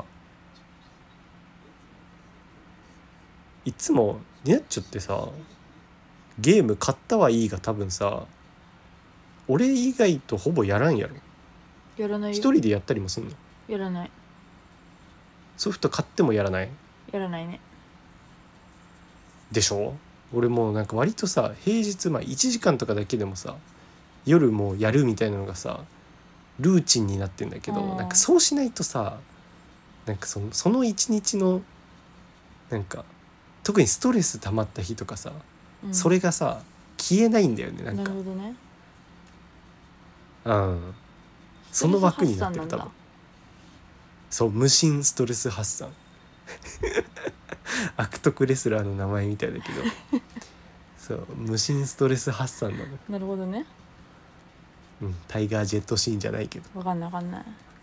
いつもニナッチョってさゲーム買ったはいいが多分さ俺以外とほぼやらんやろ。 やらないよ。 一人でやったりもすんの？ やらない。 ソフト買ってもやらないやらないね。 でしょ。俺もうなんか割とさ平日まあいちじかんとかだけでもさ夜もうやるみたいなのがさルーチンになってんだけど、 うんなんかそうしないとさなんかそのその一日のなんか特にストレス溜まった日とかさ、 うん、 それがさ消えないんだよね。なんなかるほどね。 うんその枠になってる多分。 そう無心ストレス発散悪徳レスラーの名前みたいだけどそう無心ストレス発散なの。 なるほどね。 うん、タイガージェットシーンじゃないけどっわかんないわかんない。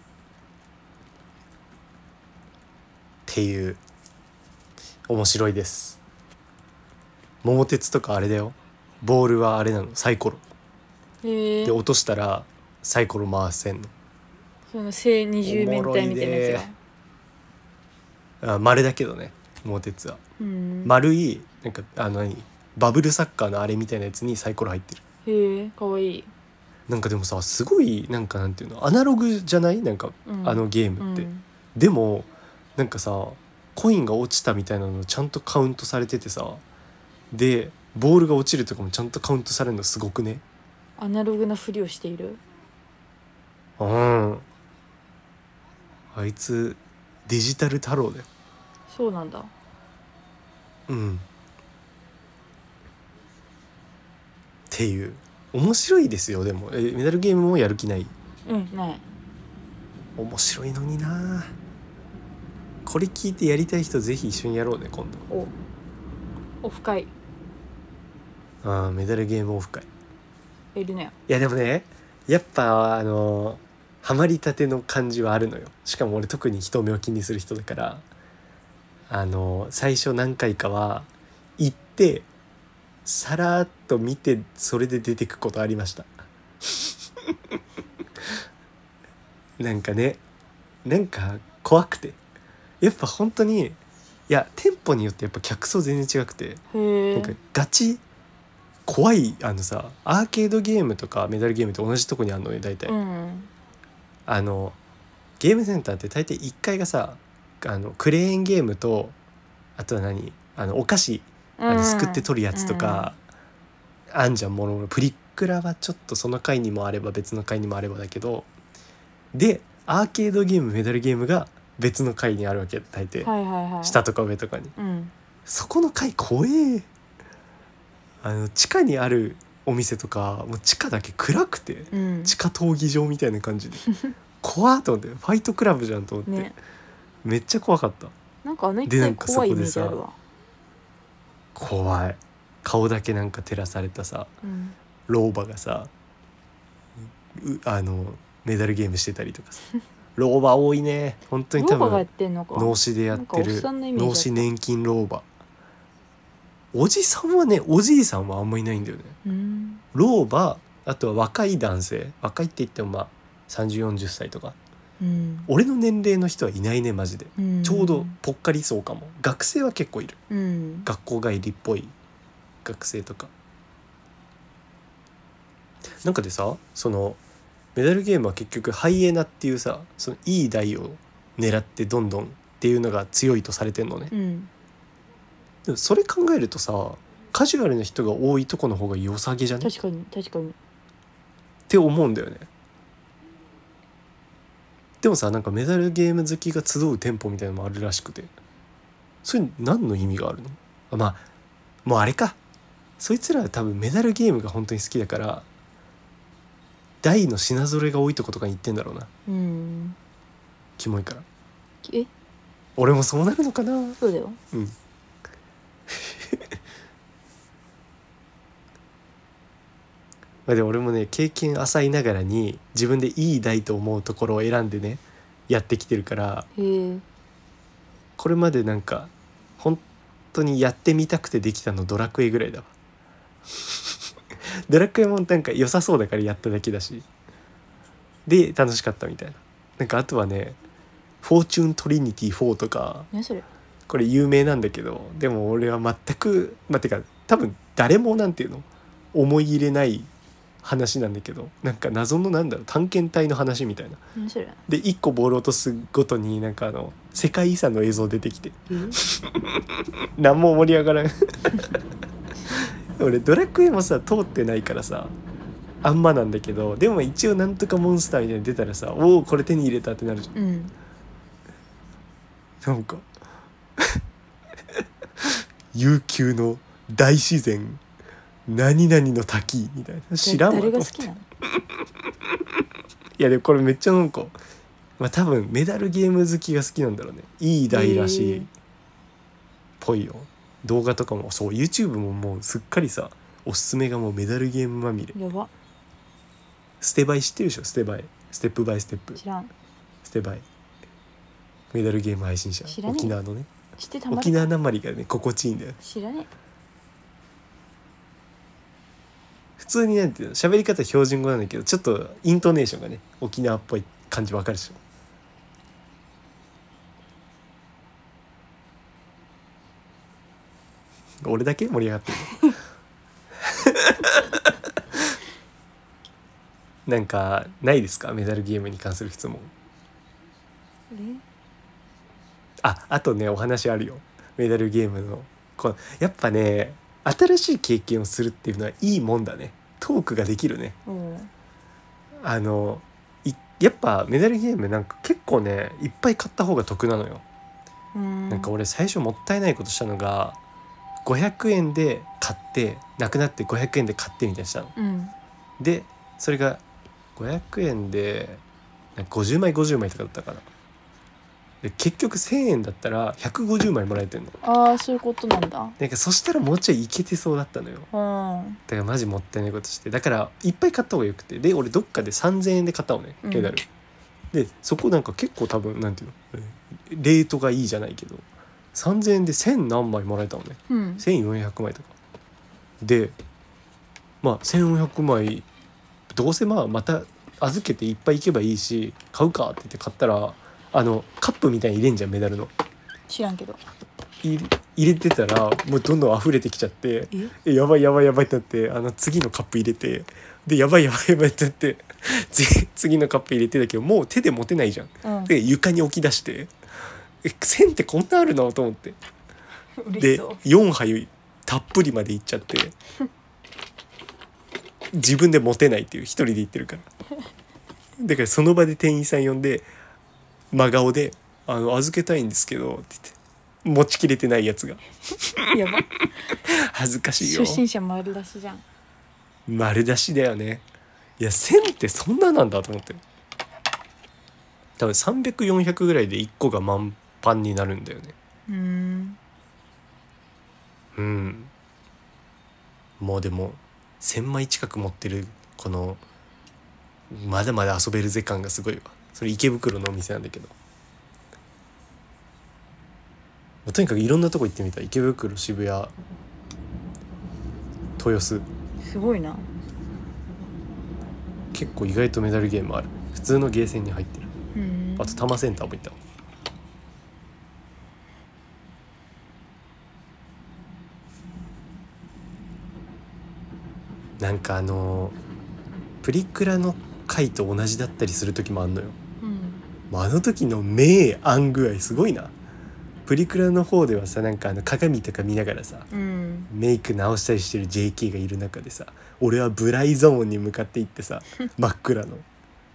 ていう面白いです。桃鉄とかあれだよ、ボールはあれなのサイコロへえで落としたらサイコロ回せんの。 その正二十面体みたいなやつがあ丸だけどね桃鉄は、 うん、 丸いなんかあの何バブルサッカーのあれみたいなやつにサイコロ入ってる。 へえかわいい。 なんかでもさすごいなんかなんていうのアナログじゃないなんか、 うん、 あのゲームって、 うん、 でもなんかさコインが落ちたみたいなのちゃんとカウントされててさ、でボールが落ちるとかもちゃんとカウントされるのすごくね。 アナログなふりをしている。 うんあいつデジタル太郎だよ。 そうなんだ。 うんっていう面白いですよ。でもえメダルゲームもやる気ない？ うんない。 面白いのにな。これ聞いてやりたい人ぜひ一緒にやろうね今度。 おオフ会ああメダルゲームオフ会いるね。 いやでもねやっぱあのハマりたての感じはあるのよ。しかも俺特に人目を気にする人だからあの最初何回かは行ってさらっと見てそれで出てくことありましたなんかねなんか怖くてやっぱ本当にいや店舗によってやっぱ客層全然違くてへなんかえガチ怖いあのさアーケードゲームとかメダルゲームと同じとこにあるのね大体、 うん、 あのゲームセンターって大体いっかいがさあのクレーンゲームとあとは何あのお菓子あのすくって取るやつとか、うん、あんじゃんものプリックラはちょっとその階にもあれば別の階にもあればだけどでアーケードゲームメダルゲームが別の階にあるわけ大抵、 はいはいはい、 下とか上とかに、 うん、 そこの階怖え。あの地下にあるお店とかもう地下だけ暗くて、 うん、 地下闘技場みたいな感じで怖っと思ってファイトクラブじゃんと思って、 ね、 めっちゃ怖かった。 なんかあの一回怖いイメージあるわ。 怖い顔だけなんか照らされたさ、うん、老婆がさあのメダルゲームしてたりとかさ老婆多いね本当に多分脳死でやってる脳死年金老婆。おじさんはねおじいさんはあんまいないんだよね、うん、老婆あとは若い男性若いって言ってもまあさんじゅう、よんじゅっさいとか、うん、俺の年齢の人はいないねマジで、うん、ちょうどぽっかりそうかも。学生は結構いる、うん、学校帰りっぽい学生とかなんかでさそのメダルゲームは結局ハイエナっていうさそのいい台を狙ってどんどんっていうのが強いとされてんのね、うん、でもそれ考えるとさカジュアルな人が多いとこの方が良さげじゃね？ 確かに確かにって思うんだよね。でもさなんかメダルゲーム好きが集う店舗みたいなのもあるらしくてそれ何の意味があるの？あまあもうあれかそいつらは多分メダルゲームが本当に好きだから台の品揃えが多いとことかに行ってんだろうな。うんキモいからえ俺もそうなるのかな。 そうだようんまあで俺もね経験浅いながらに自分でいい台と思うところを選んでねやってきてるからへこれまでなんか本当にやってみたくてできたのドラクエぐらいだわドラクエもなんか良さそうだからやっただけだしで楽しかったみたいな。なんかあとはねフォーチュントリニティフォーとか何それこれ有名なんだけどでも俺は全くまあてか多分誰もなんていうの思い入れない話なんだけどなんか謎のなんだろう探検隊の話みたいな。 何それでいっこボール落とすごとになんかあの世界遺産の映像出てきて何も盛り上がらん俺ドラクエもさ通ってないからさあんまなんだけどでも一応なんとかモンスターみたいに出たらさおおこれ手に入れたってなるじゃん、うん、なんか悠久の大自然何々の滝みたいな知らんわ誰が好きなのいやでもこれめっちゃなんかまあ多分メダルゲーム好きが好きなんだろうね。いい台らしいっへーぽいよ。動画とかもそう YouTube ももうすっかりさ、おすすめがもうメダルゲームまみれ。 やばステバイ知ってるでしょ。ステバイ、ステップバイステップ、 知らん。 ステバイ、メダルゲーム配信者、 知らねえ沖縄のね。 知ってたまる沖縄なまりがね心地いいんだよ。 知らね普通になんていうの、喋り方標準語なんだけど、ちょっとイントネーションがね沖縄っぽい感じわかるでしょ。俺だけ盛り上がってるなんかないですか、メダルゲームに関する質問。 えあ、あとねお話あるよ。メダルゲームのこのやっぱね、新しい経験をするっていうのはいいもんだね。トークができるね。 おうあのいやっぱメダルゲームなんか結構ねいっぱい買った方が得なのよ。 うーんなんか俺最初もったいないことしたのが、ごひゃくえんで買ってなくなってごひゃくえんで買ってみたいにしたの。 うんでそれがごひゃくえんでなんかごじゅうまいごじゅうまいとかだったかな。で結局せんえんだったらひゃくごじゅうまいもらえてんの。 ああそういうことなんだ。 なんかそしたらもうちょいいけてそうだったのよ。 うんだからマジもったいないことして、だからいっぱい買った方がよくて、で俺どっかでさんぜんえんで買ったのねメダル、うん、でそこなんか結構多分なんていうのレートがいいじゃないけどさんぜんえんでせん何枚もらえたのね、 うん、 せんよんひゃくまいとかで、まあせんよんひゃくまいどうせまあまた預けていっぱいいけばいいし買うかって言って買ったら、あのカップみたいに入れんじゃんメダルの。 知らんけど入れ入れてたらもうどんどん溢れてきちゃって、 ええやばいやばいやばいってなって、あの次のカップ入れて、でやばいやばいやばいってなって次次のカップ入れてだけどもう手で持てないじゃん。 うんで床に置き出して、え線ってこんなあるのと思って、で嬉しそうよんはいたっぷりまでいっちゃって自分で持てないっていう、一人で行ってるからだからその場で店員さん呼んで真顔で「あの預けたいんですけど」って言って、持ちきれてないやつがやば恥ずかしいよ。 初心者丸出しじゃん。 丸出しだよね。いや線ってそんななんだと思って、多分さんびゃく、よんひゃくぐらいでいっこが満帆になるんだよね。 うーんうんもうでもせんまい近く持ってるこのまだまだ遊べるぜ感がすごいわ。それ池袋のお店なんだけど、とにかくいろんなとこ行ってみた。池袋、渋谷、豊洲、 すごいな。 結構意外とメダルゲームある。普通のゲーセンに入ってる。 うーんあと多摩センターも行ったわ。なんかあのプリクラの回と同じだったりする時もあんのよ。 うんあの時の目あん具合すごいな。プリクラの方ではさ、なんかあの鏡とか見ながらさうんメイク直したりしてる ジェイケー がいる中でさ、俺はブライゾーンに向かって行ってさ真っ暗の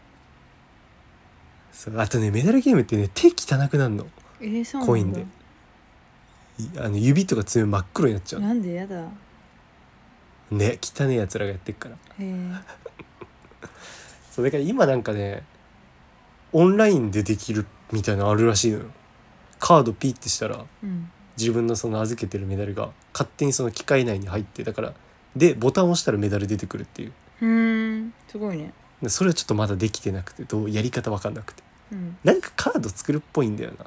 そう。あとねメダルゲームってね手汚くなるの。 えー、そうなんだ。 コインでいあの指とか爪真っ黒になっちゃうなんでやだ。へね、汚ねえやつらがやってっから。 えそうだから今なんかねオンラインでできるみたいなのあるらしいのよ。カードピッてしたらうん自分のその預けてるメダルが勝手にその機械内に入って、だからでボタンを押したらメダル出てくるっていう。 うーんすごいね。 でそれはちょっとまだできてなくて、どうやり方わかんなくて、 うんなんかカード作るっぽいんだよな。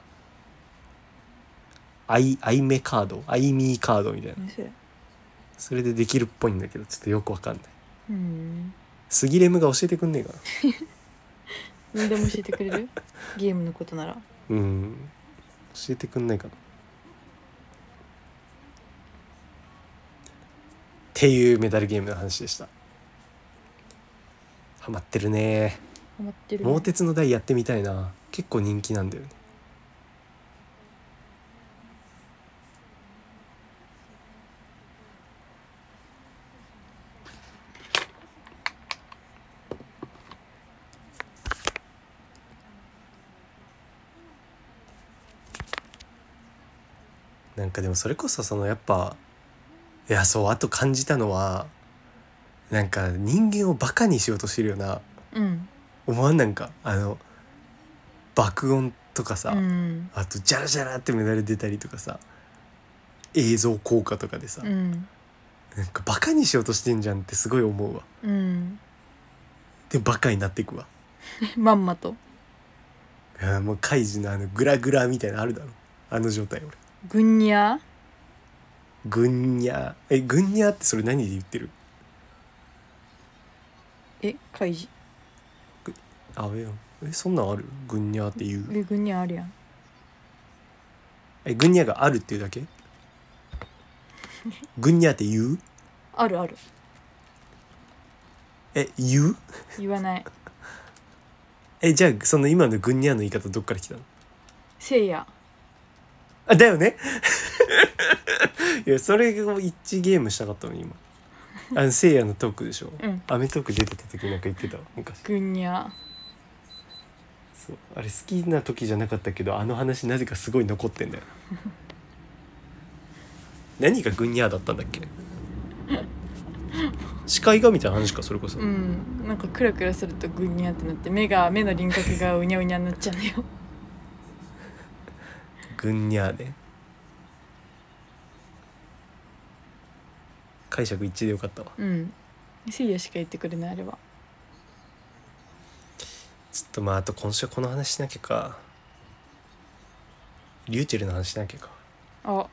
アイアイメカード、アイミーカードみたいな、 何それ。 それでできるっぽいんだけどちょっとよくわかんない。 うーんスギレムが教えてくんねえかな何でも教えてくれるゲームのことなら。 うん教えてくんないかなっていうメダルゲームの話でした。ハマってるね。 ハマってる、ね、 桃鉄の台やってみたいな。結構人気なんだよね。なんかでもそれこそそのやっぱいやそうあと感じたのはなんか人間をバカにしようとしてるよな。 うん思わん？なんかあの爆音とかさ、 うん、 あとジャラジャラってメダル出たりとかさ、映像効果とかでさ、 うん、 なんかバカにしようとしてんじゃんってすごい思うわ。 うん、 でバカになっていくわ。 まんまといやもうカイジのあのグラグラみたいなのあるだろ、あの状態俺。 ぐんにゃぐんにゃー、えぐんにゃーってそれ何で言ってる？ えカイジあええそんなんある？ぐんにゃーって言う？ えぐんにゃあるやん。 えぐんにゃーがあるっていうだけ？ぐんにゃーって言う？ あるある。 え言う？ 言わない。 えじゃあその今のぐんにゃーの言い方どっから来たの？ せいや。 あだよねいやそれを一致ゲームしたかったのに今。あのせいやのトークでしょ、 うん。 アメトーク出てた時なんか言ってたわ昔。 ぐんにゃ。 そうあれ好きな時じゃなかったけどあの話なぜかすごい残ってんだよ何がグンニャーだったんだっけ視界がみたいな話かそれこそ。 うんなんかクラクラするとぐんにゃってなって目が目の輪郭がうにゃうにゃになっちゃうんだよ。 グンニャーね。解釈一致でよかったわ。 うんせいやしか言ってくれないあれは。 ちょっとまああと今週はこの話しなきゃか。リューチェルの話しなきゃか。 あ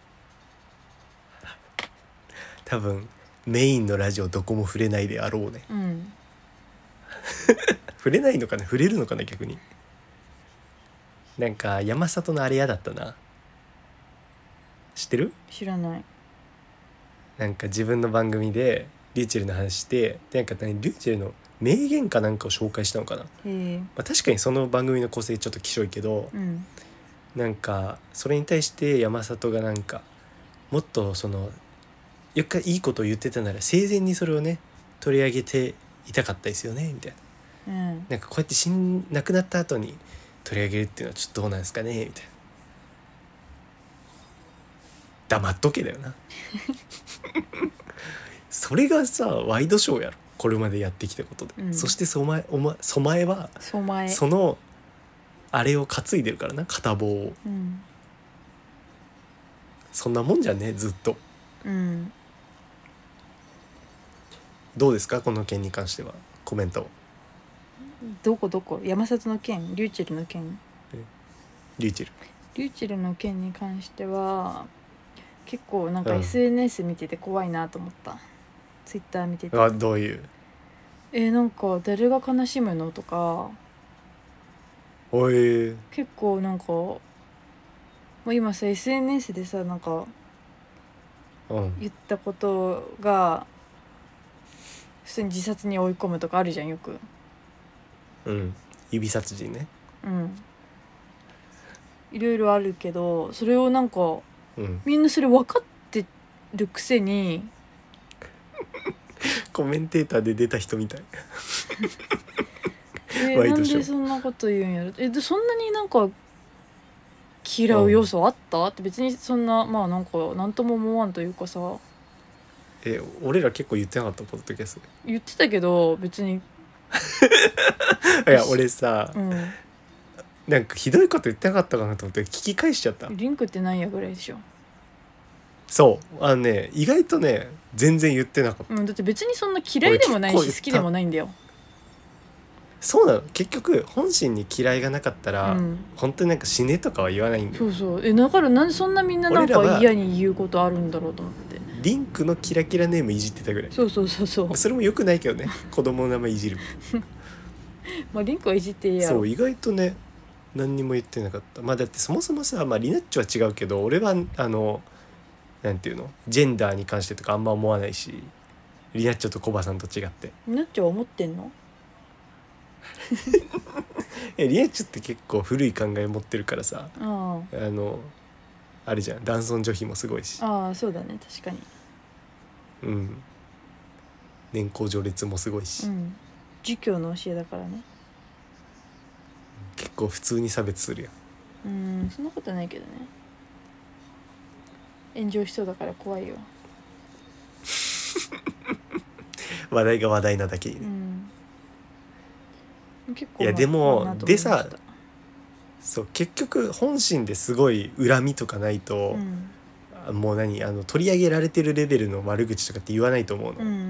多分メインのラジオどこも触れないであろうね。 うん触れないのかな、触れるのかな逆に。なんか山里のあれ嫌だったな。知ってる？ 知らない。 なんか自分の番組でリューチェルの話してでなんか何リューチェルの名言かなんかを紹介したのかな、まへえあ、確かにその番組の構成ちょっときしょいけど、 うんなんかそれに対して山里がなんかもっとそのよくいいことを言ってたなら生前にそれをね取り上げていたかったですよねみたいな。 うんなんかこうやって死ん亡くなった後に取り上げるっていうのはちょっとどうなんですかねみたいな。黙っとけだよなそれがさワイドショーやろこれまでやってきたことで、 うんそしてそまえおまそまえはそまえそのあれを担いでるからな片棒を。 うんそんなもんじゃねずっと。 うんどうですかこの件に関してはコメント。 どこどこ山里の件リューチェルの件リューチェルリューチェルの件に関しては結構なんかうんエスエヌエス 見てて怖いなと思った、ツイッター見てて。 はどういう？ えー、なんか誰が悲しむのとかおい結構なんかもう今さ エスエヌエス でさなんかうん言ったことが普通に自殺に追い込むとかあるじゃんよく。 うん指殺人ね。 うんいろいろあるけどそれをなんかうんみんなそれ分かってるくせにコメンテーターで出た人みたいえなんワイドショーでそんなこと言うんやろ。えでそんなになんか嫌う要素あった、って別にそんなまあなんか何とも思わんというかさえ俺ら結構言ってなかったポッドキャスト言ってたけど別にでいや俺さうんなんかひどいこと言ってなかったかなと思って聞き返しちゃった。 リンクってなんやぐらいでしょ。 そうあのね意外とね全然言ってなかった。 うんだって別にそんな嫌いでもない俺結構言ったし好きでもないんだよ。 そうなの結局本心に嫌いがなかったら、 うん本当になんか死ねとかは言わないんだよ。 そうそうえだからなんでそんなみんななん俺らはか嫌に言うことあるんだろうと思って。 リンクのキラキラネームいじってたぐらい。 そうそうそうそうそれも良くないけどね子供の名前いじるまあリンクはいじっていいやろ。 そう意外とね何にも言ってなかった。まあだってそもそもさ、まあ、リナッチョは違うけど俺はあのなんていうのジェンダーに関してとかあんま思わないしリナッチョとコバさんと違ってみなっちゃん思ってんの。 えリナッチョって結構古い考え持ってるからさああのあれじゃん男尊女卑もすごいし、 あああそうだね確かに。 うん年功序列もすごいし、 うん儒教の教えだからね。 結構普通に差別するやん。 うんそんなことないけどね。炎上しそうだから怖いよ。 話題が話題なだけにね、 うん結構いやでも怖いなと思いました。 でさそう結局本心ですごい恨みとかないと、 うん、 もう何あの取り上げられてるレベルの悪口とかって言わないと思うの、 うんうんうん、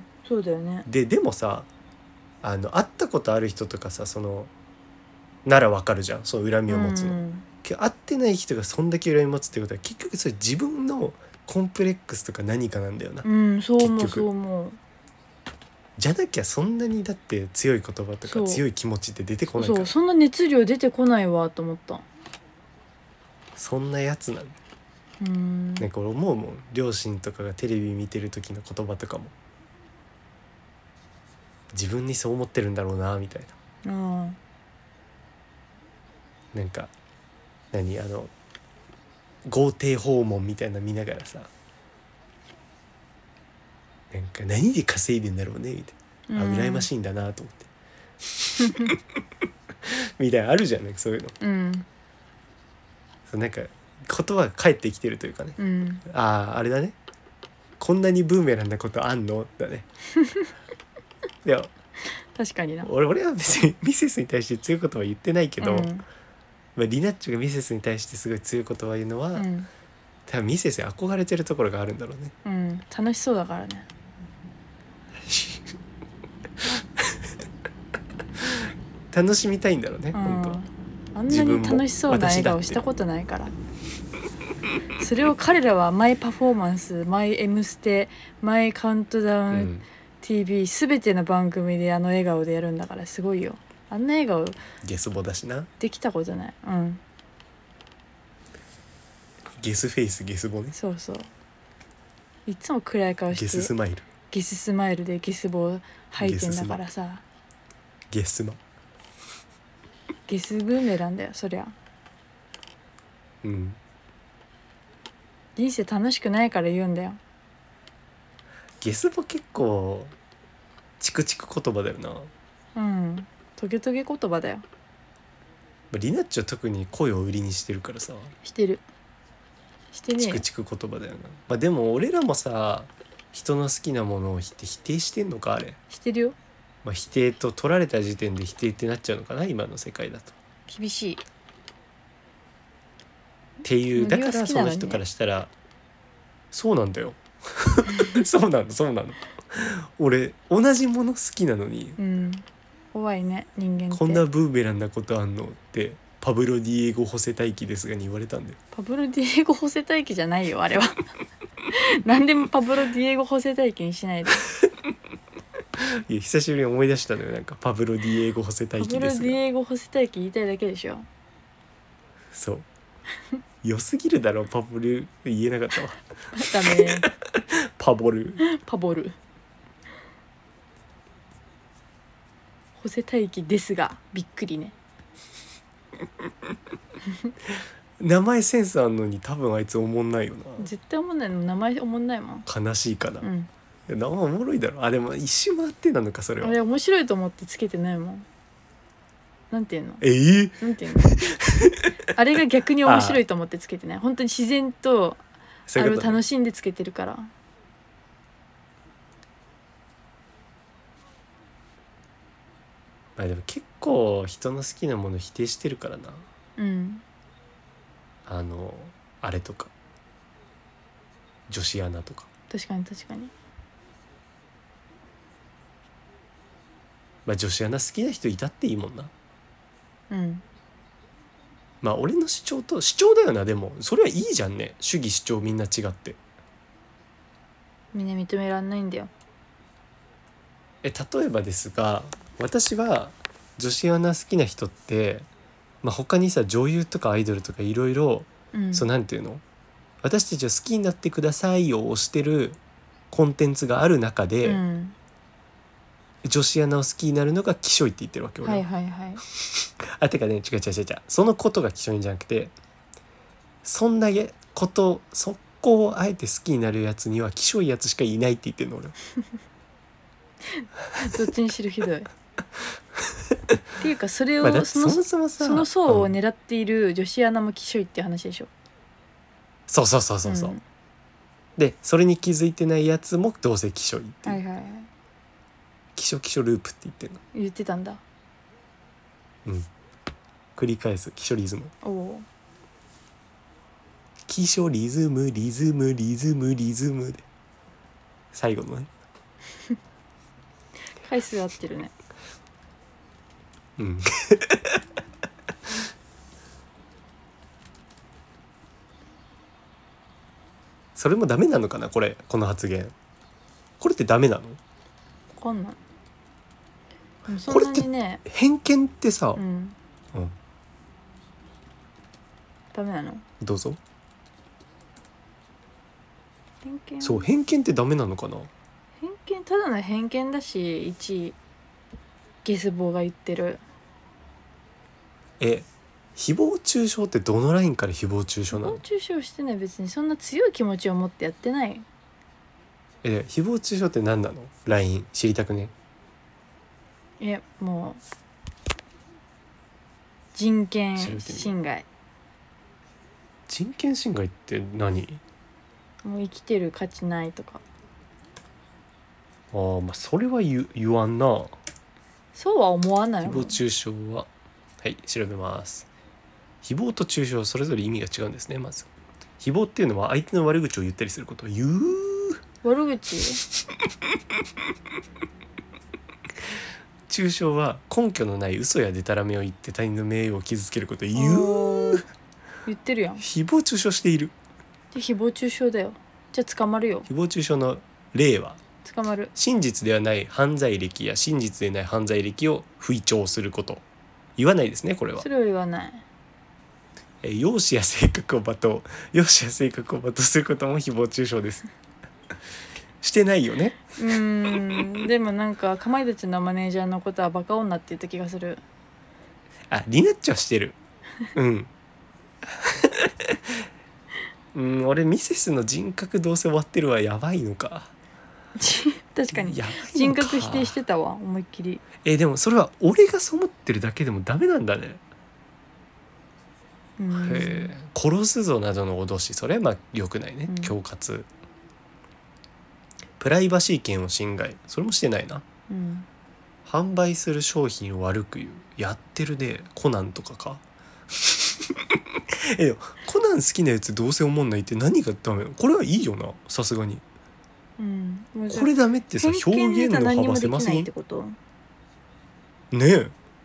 そうだよね。 ででもさあの会ったことある人とかさそのならわかるじゃんその恨みを持つの、 うん、 けど会ってない人がそんだけ恨み持つってことは結局それ自分のコンプレックスとか何かなんだよな、 うん、そう思う結局そう思う。 じゃなきゃそんなにだって強い言葉とそうか強い気持ちって出てこないからそう、そんな熱量出てこないわと思った。 そんなやつなんだ。 うん、 なんか俺思うもん両親とかがテレビ見てる時の言葉とかも自分にそう思ってるんだろうなみたいな、 あなんか何あの豪邸訪問みたいな見ながらさなんか何で稼いでんだろうねみたいな、 うん、 あ羨ましいんだなと思ってみたいなあるじゃん、ね、そういうのうん、 そうなんか言葉が返ってきてるというかね、 うん、 あああれだねこんなにブーメランなことあんのだねいや確かにな。 俺俺は別にミセスに対して強いことは言ってないけど、 うんまあ、リナッチョがミセスに対してすごい強いことは言うのは、 うん、 多分ミセスに憧れてるところがあるんだろうねうん、楽しそうだからね。 楽しみたいんだろうね、 うん、 本当はあんなに楽しそうな笑顔したことないから。それを彼らはマイパフォーマンス、マイ M ステ、マイカウントダウン、 うん、 ティービー すべての番組であの笑顔でやるんだからすごいよ。あんな笑顔ゲスボだしなできたことない。うん、 ゲスフェイスゲスボねそうそう。いつも暗い顔してゲススマイルゲススマイルでゲス棒吐いてんだからさ。 ゲスマゲスブーメランだよそりゃ。 うん人生楽しくないから言うんだよ。 ゲスボ結構チクチク言葉だよな、まうん、トゲトゲ言葉だよ。 あ、リナッチは特に声を売りにしてるからさしてるしてねえよ。 チクチク言葉だよな、まあ、でも俺らもさ人の好きなものを否定否定してんのかあれ、 してるよ。 まあ、否定と取られた時点で否定ってなっちゃうのかな今の世界だと厳しい。 っていうだからその人からしたらそうなんだよそうなのそうなの俺同じもの好きなのに、 うん、怖いね人間って。 こんなブーメランなことあんのってパブロ・ディエゴ・ホセ大輝ですがに言われたんだよ。 パブロ・ディエゴ・ホセ大輝じゃないよあれは何でもパブロ・ディエゴ・ホセ大輝にしないで。 いや久しぶりに思い出したのよなんかパブロ・ディエゴ・ホセ大パブロ・デ輝ですがィエゴ・ホセ大輝言いたいだけでしょ。 そう良すぎるだろパブル言えなかったわダメパボルパボルホセ大輝ですがびっくりね。 名前センスあんのに多分あいつおもんないよ絶対思んないの。名前おもんないもん。 な悲しいかな、 うん、 名前おもろいだろあでも一周回ってなのかそれはあれ面白いと思ってつけてないもん。なんていうのえー、 なんていうのあれが逆に面白いと思ってつけてない。本当に自然とあれを楽しんでつけてるから。 まあでも結構人の好きなもの否定してるからな。 うんあのあれとか女子アナとか、 確かに確かに。 まあ、女子アナ好きな人いたっていいもんな。 うんまあ俺の主張と主張だよな。でもそれはいいじゃんね、主義主張みんな違って。 みんな認めらんないんだよ。 え例えばですが私は女子アナ好きな人って、まあ、他にさ女優とかアイドルとかいろいろそうなんていうの私たちを好きになってくださいを推してるコンテンツがある中で、 うん、 女子アナを好きになるのがきしょいって言ってるわけ俺は、 はいはいはいあてかね違う違う違う違うそのことがきしょいんじゃなくてそんなことそこをあえて好きになるやつにはきしょいやつしかいないって言ってるの俺はどっちにしろひどいっていうかそれを、 まあ、だってそのそもそもさその層をうん狙っている女子アナもきしょいって話でしょ。 そうそうそうそうそう、 ん、 でそれに気づいてないやつもどうせきしょいっていう、 はいはいはいきしょきしょループって言ってるの。 言ってたんだ。 うん繰り返す基礎リズム。 おお。 基礎リズムリズムリズムリズムで最後のね回数合ってるね。 うんそれもダメなのかな、これ、この発言。これってダメなの？ わかんない。でもそんなにね、 偏見ってさ、 うん、 うん、 ダメなの？ どうぞ。 偏見？ そう、偏見ってダメなのかな。 偏見、ただの偏見だし、いちいゲスボーが言ってる。 え、誹謗中傷ってどのラインから誹謗中傷なの？ 誹謗中傷してない、別にそんな強い気持ちを持ってやってない。 え、誹謗中傷って何なの？ライン知りたくね？ え、もう人権侵害。 人権侵害って何？ もう生きてる価値ないとか。 ああ、まあそれは 言, 言わんな。 そうは思わない誹謗中傷は、はい調べます。誹謗と中傷はそれぞれ意味が違うんですね。まず誹謗っていうのは相手の悪口を言ったりすることを言う。 悪口？ 中傷は根拠のない嘘やデタラメを言って他人の名誉を傷つけることを言う。 言ってるやん。 誹誹謗中傷している。 で誹謗中傷だよ。じゃあ捕まるよ。 誹謗中傷の例は、 捕まる。 真実ではない犯罪歴や真実でない犯罪歴を吹聴すること。言わないですね、これは。 それを言わない。 え容姿や性格を罵倒容姿や性格を罵倒することも誹謗中傷ですしてないよね。 うーんでもなんかかまいたちのマネージャーのことはバカ女って言った気がする。 あ、リナッチはしてる。うんうん俺ミセスの人格どうせ終わってるわ。やばいのか。 確かにやばいのか。 人格否定してたわ、思いっきり。 えでもそれは俺がそう思ってるだけでもダメなんだね。 うん、 へえ、殺すぞなどの脅し、それはまあ良くないね、 うん、 恐喝。プライバシー権を侵害、それもしてないな、 うん、 販売する商品を悪く言う、やってるね。コナンとかかえでもコナン好きなやつどうせ思んないって何がダメなの？これはいいよな、さすがに、 うん、 これダメってさ、表現の幅狭すぎん？ねえ、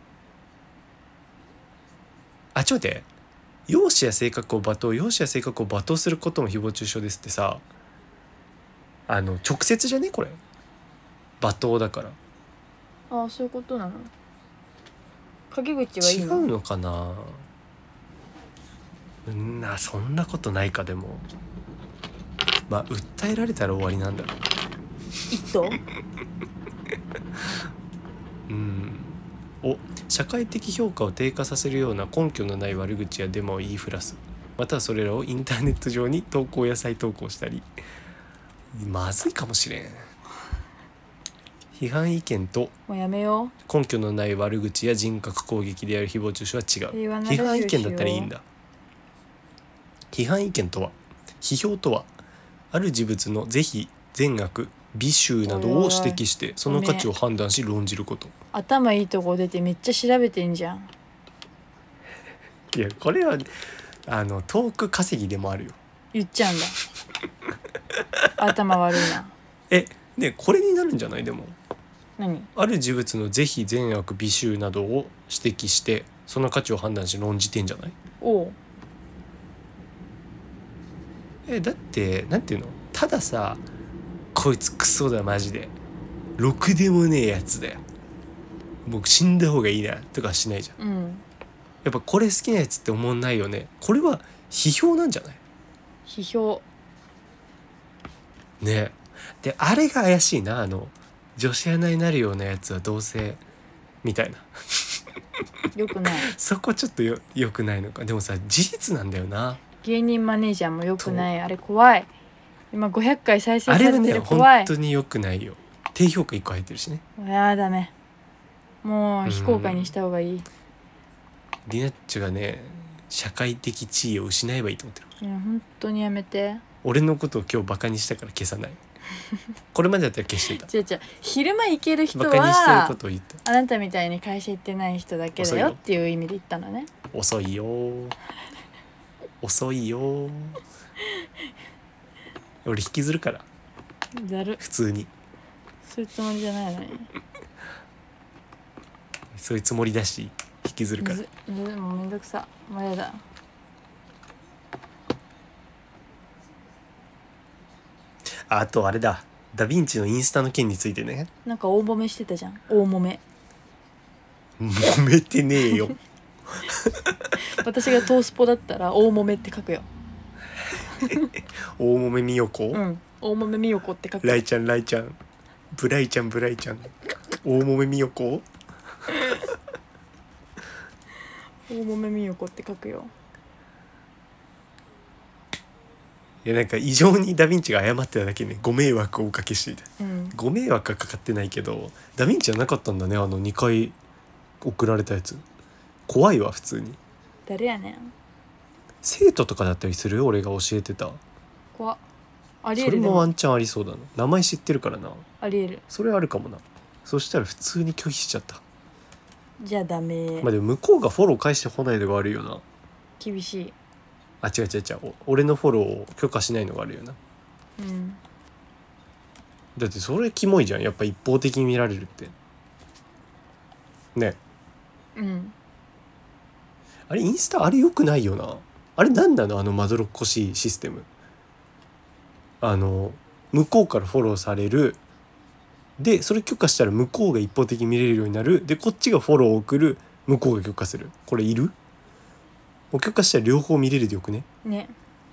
あ、ちょっと待って、容姿や性格を罵倒容姿や性格を罵倒することも誹謗中傷ですってさ、あの直接じゃねこれ、罵倒だから。 ああ、そういうことなの。陰口はいいの？ 違うのかな。うんな、そんなことないか。でもまあ訴えられたら終わりなんだろう。 一頭うんお社会的評価を低下させるような根拠のない悪口やデマを言いふらす、またはそれらをインターネット上に投稿や再投稿したり。まずいかもしれん。批判意見ともうやめよ根拠のない悪口や人格攻撃である誹謗中傷は違う。批判意見だったらいいんだ。批判意見とは、批評とは、ある事物の是非善悪美醜などを指摘してその価値を判断し論じること。 頭いいとこ出てめっちゃ調べてんじゃん。 いやこれはあのトーク稼ぎでもあるよ。 言っちゃうんだ頭悪いな。 えでこれになるんじゃない？でも何？ ある事物の是非善悪美醜などを指摘してその価値を判断し論じてんじゃない？ おう。 えだってなんていうの、たださこいつクソだマジでろくでもねえやつだよ僕死んだ方がいいなとかしないじゃん、 うん、 やっぱこれ好きなやつって思んないよね。これは批評なんじゃない？ 批評ね。であれが怪しいな、あの女子アナになるようなやつはどうせみたいなよくないそこちょっと よ, よくないのか。でもさ事実なんだよな。 芸人マネージャーもよくない。あれ怖い。今ごひゃっかい再生されてる。 あれはね怖い。 本当によくないよ。低評価いっこ入ってるしね。 いやダメ、もう非公開にした方がいい。 リナッチョがね社会的地位を失えばいいと思ってる。 いや本当にやめて。 俺のことを今日バカにしたから消さないこれまでだったら消してた。 違う違う、昼間行ける人バカにしてるこはとを言った。 あなたみたいに会社行ってない人だけだよっていう意味で言ったのね。 遅いよ遅いよ俺引きずるからざる、 普通にそういうつもりじゃないのに。 そういうつもりだし引きずるからずずもうめんどくさ、もうやだ。 あ, あとあれだ、ダヴィンチのインスタの件についてね。 なんか大揉めしてたじゃん、大揉め。 揉めてねえよ私がトースポだったら大揉めって書くよ。 大揉めみよこ、 うん、大揉めみよこって書く。 ライちゃんライちゃんブライちゃんブライちゃん大揉めみよこ大揉めみよこって書くよ。 いやなんか異常にダヴィンチが謝ってただけね、ご迷惑をおかけしていた、 うん、 ご迷惑はかかってないけど、ダヴィンチはなかったんだね、あのにかい送られたやつ。怖いわ普通に。 誰やねん。 生徒とかだったりする？俺が教えてた。 怖っ。ありえそれる。でももワンチャンありそうだな、名前知ってるからな。 ありえる。 それあるかもな。そしたら普通に拒否しちゃった。 じゃあダメ。 まあでも向こうがフォロー返してこないのが悪いよな。 厳しい。 あ違う違う違う、俺のフォローを許可しないのが悪いよな。 うん。 だってそれキモいじゃん、やっぱ一方的に見られるってね。 うん。 あれインスタあれ良くないよな。あれなんなの、あのまどろっこしいシステム。あの向こうからフォローされる、でそれ許可したら向こうが一方的に見れるようになる、でこっちがフォローを送る、向こうが許可する。これいる？もう許可したら両方見れるでよくね。 ね。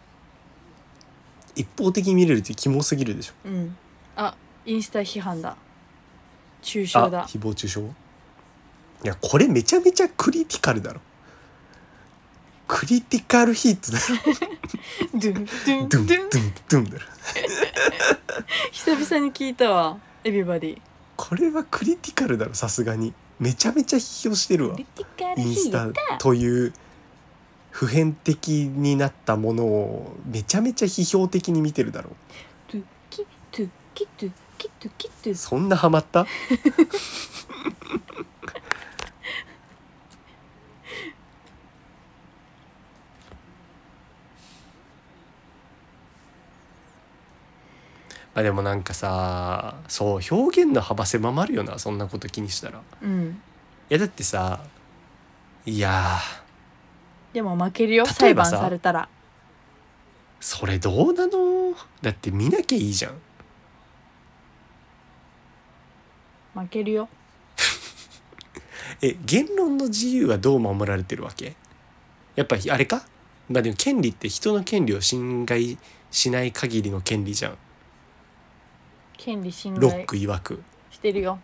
一方的に見れるってキモすぎるでしょ。 うん。あ、インスタ批判だ。中傷だ。 あ、誹謗中傷。いやこれめちゃめちゃクリティカルだろ。クリティカルヒットだろ。 ドゥンドゥンドゥンドゥンドゥン。 ドゥンだろ。 久々に聞いたわ。エビバディ。 これはクリティカルだろ、さすがに。めちゃめちゃ批評してるわ。 クリティカルインスタヒーター。 という普遍的になったものをめちゃめちゃ批評的に見てるだろう。 トゥキトゥキトゥキトゥキトゥ。 そんなハマったあでもなんかさ、そう表現の幅狭まるよな、そんなこと気にしたら。いうん。 やだってさ、いやでも負けるよ、 例え裁判ばさされたら。 それどうなの？だって見なきゃいいじゃん。 負けるよ。 え言論の自由はどう守られてるわけ？やっぱりあれか。まあでも権利って人の権利を侵害しない限りの権利じゃん。 権利侵ロッ害ク曰くっしてるよ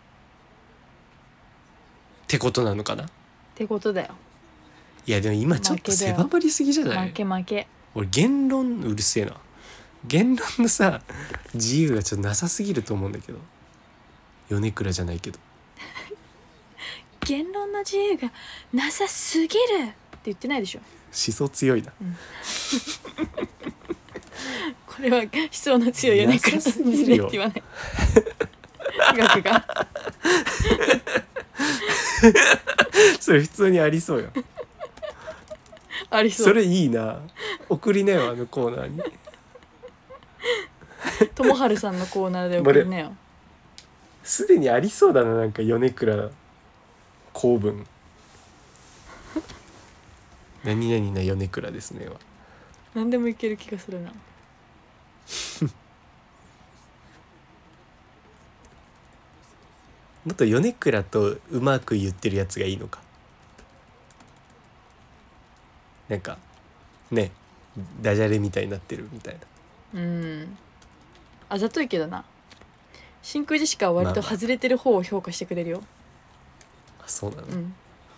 てことなのかな。 ってことだよ。 いやでも今ちょっと狭まりすぎじゃない？ 負け負け。 俺言論うるせえな。言論のさ自由がちょっとなさすぎると思うんだけど。米倉じゃないけど。 言論の自由がなさすぎるって言ってないでしょ。 思想強いな。 これは思想の強いよね。 なさすぎるよって言わない学がそれ普通にありそうよ。 ありそう。 それいいな。送りなよあのコーナーに。 ともはるさんのコーナーで送るねよ。 すでにありそうだな、なんか米倉公文何々な米倉ですねは。 何でもいける気がするな。 もっと米倉とうまく言ってるやつがいいのか。なんかねダジャレみたいになってるみたいな。 うんあざといけどな。真空ジェシカは割と外れてる方を評価してくれるよ。 あそうなの、 うん、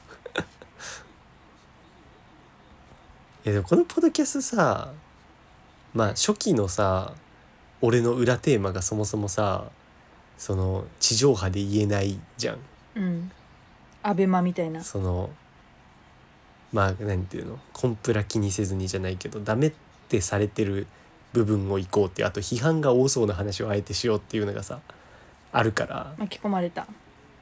いやでもこのポッドキャストさ、まあ初期のさ俺の裏テーマがそもそもさ、その地上波で言えないじゃん。 うんアベマみたいな。 そのまあなんていうの、コンプラ気にせずにじゃないけどダメってされてる部分を行こうっていう、あと批判が多そうな話をあえてしようっていうのがさあるから。 巻き込まれた。 い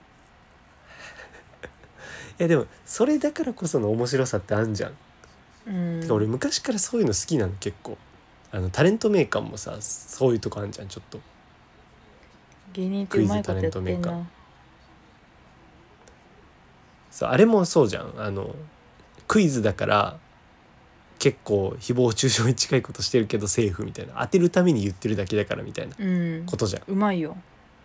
やでもそれだからこその面白さってあんじゃん。 うん、 てか俺昔からそういうの好きなの結構。あのタレントメーカーもさそういうとこあんじゃん。ちょっと芸人ってうまいことやってんな。 そうあれもそうじゃん。あのクイズだから結構誹謗中傷に近いことしてるけどセーフみたいな、当てるために言ってるだけだからみたいなことじゃん、 うん、うまいよ。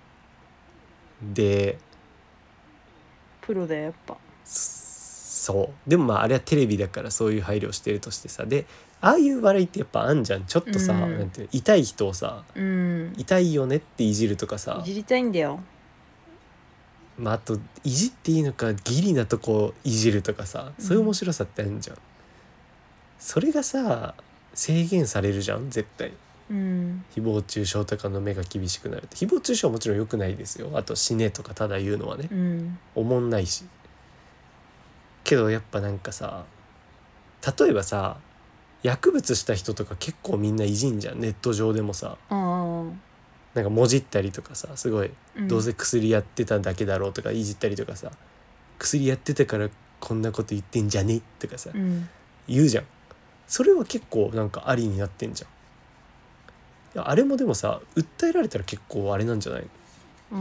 でプロだよやっぱ。 そうでもまああれはテレビだからそういう配慮をしてるとしてさ、でああいう笑いってやっぱあんじゃん。ちょっとさ、うん、なんていう痛い人をさ、うん、痛いよねっていじるとかさ、 いじりたいんだよ。 まああといじっていいのかギリなとこいじるとかさ、そういう面白さってあるじゃん、うん、それがさ制限されるじゃん絶対、うん、誹謗中傷とかの目が厳しくなる。誹謗中傷はもちろん良くないですよ。あと死ねとかただ言うのはね、うん、おもんないし。けどやっぱなんかさ、例えばさ薬物した人とか結構みんないじんじゃんネット上でもさ、なんかもじったりとかさ、すごい、うん、どうせ薬やってただけだろうとかいじったりとかさ、薬やってたからこんなこと言ってんじゃねとかさ、うん、言うじゃん。それは結構なんかありになってんじゃん。いやあれもでもさ訴えられたら結構あれなんじゃないの、うん、